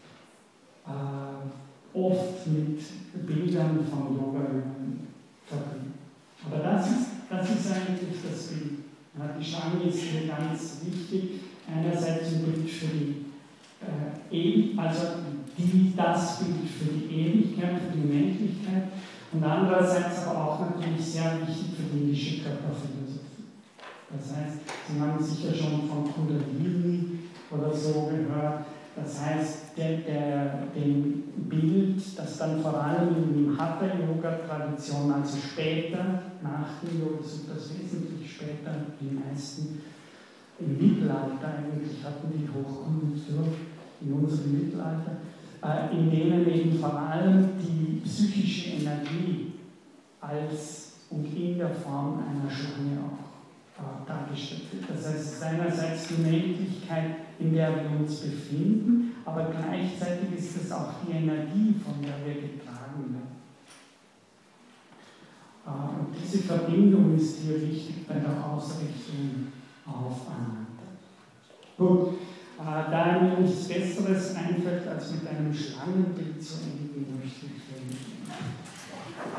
oft mit Bildern von Yoga-Übungen verbinden. Aber das ist eigentlich das Bild. Ja, die Schlange ist hier ganz wichtig. Einerseits ein Bild für die das Bild für die Ewigkeit, für die Unendlichkeit und andererseits aber auch natürlich sehr wichtig für die indische Körperphilosophie. Das heißt, Sie haben sicher schon von Kundalini oder so gehört. Das heißt, dem Bild, das dann vor allem in der Hatha-Yoga-Tradition, also später, nach den Yoga-Sutras, wesentlich später, die meisten im Mittelalter eigentlich hatten die Hochkonjunktur in unserem Mittelalter, in denen eben vor allem die psychische Energie als und in der Form einer Schlange auch dargestellt wird. Das heißt, es ist einerseits die Unendlichkeit, in der wir uns befinden, aber gleichzeitig ist es auch die Energie, von der wir getragen werden. Und diese Verbindung ist hier wichtig bei der Ausrichtung auf Ananda. Gut, da mir nichts Besseres einfällt, als mit einem Schlangenbild zu enden, möchte ich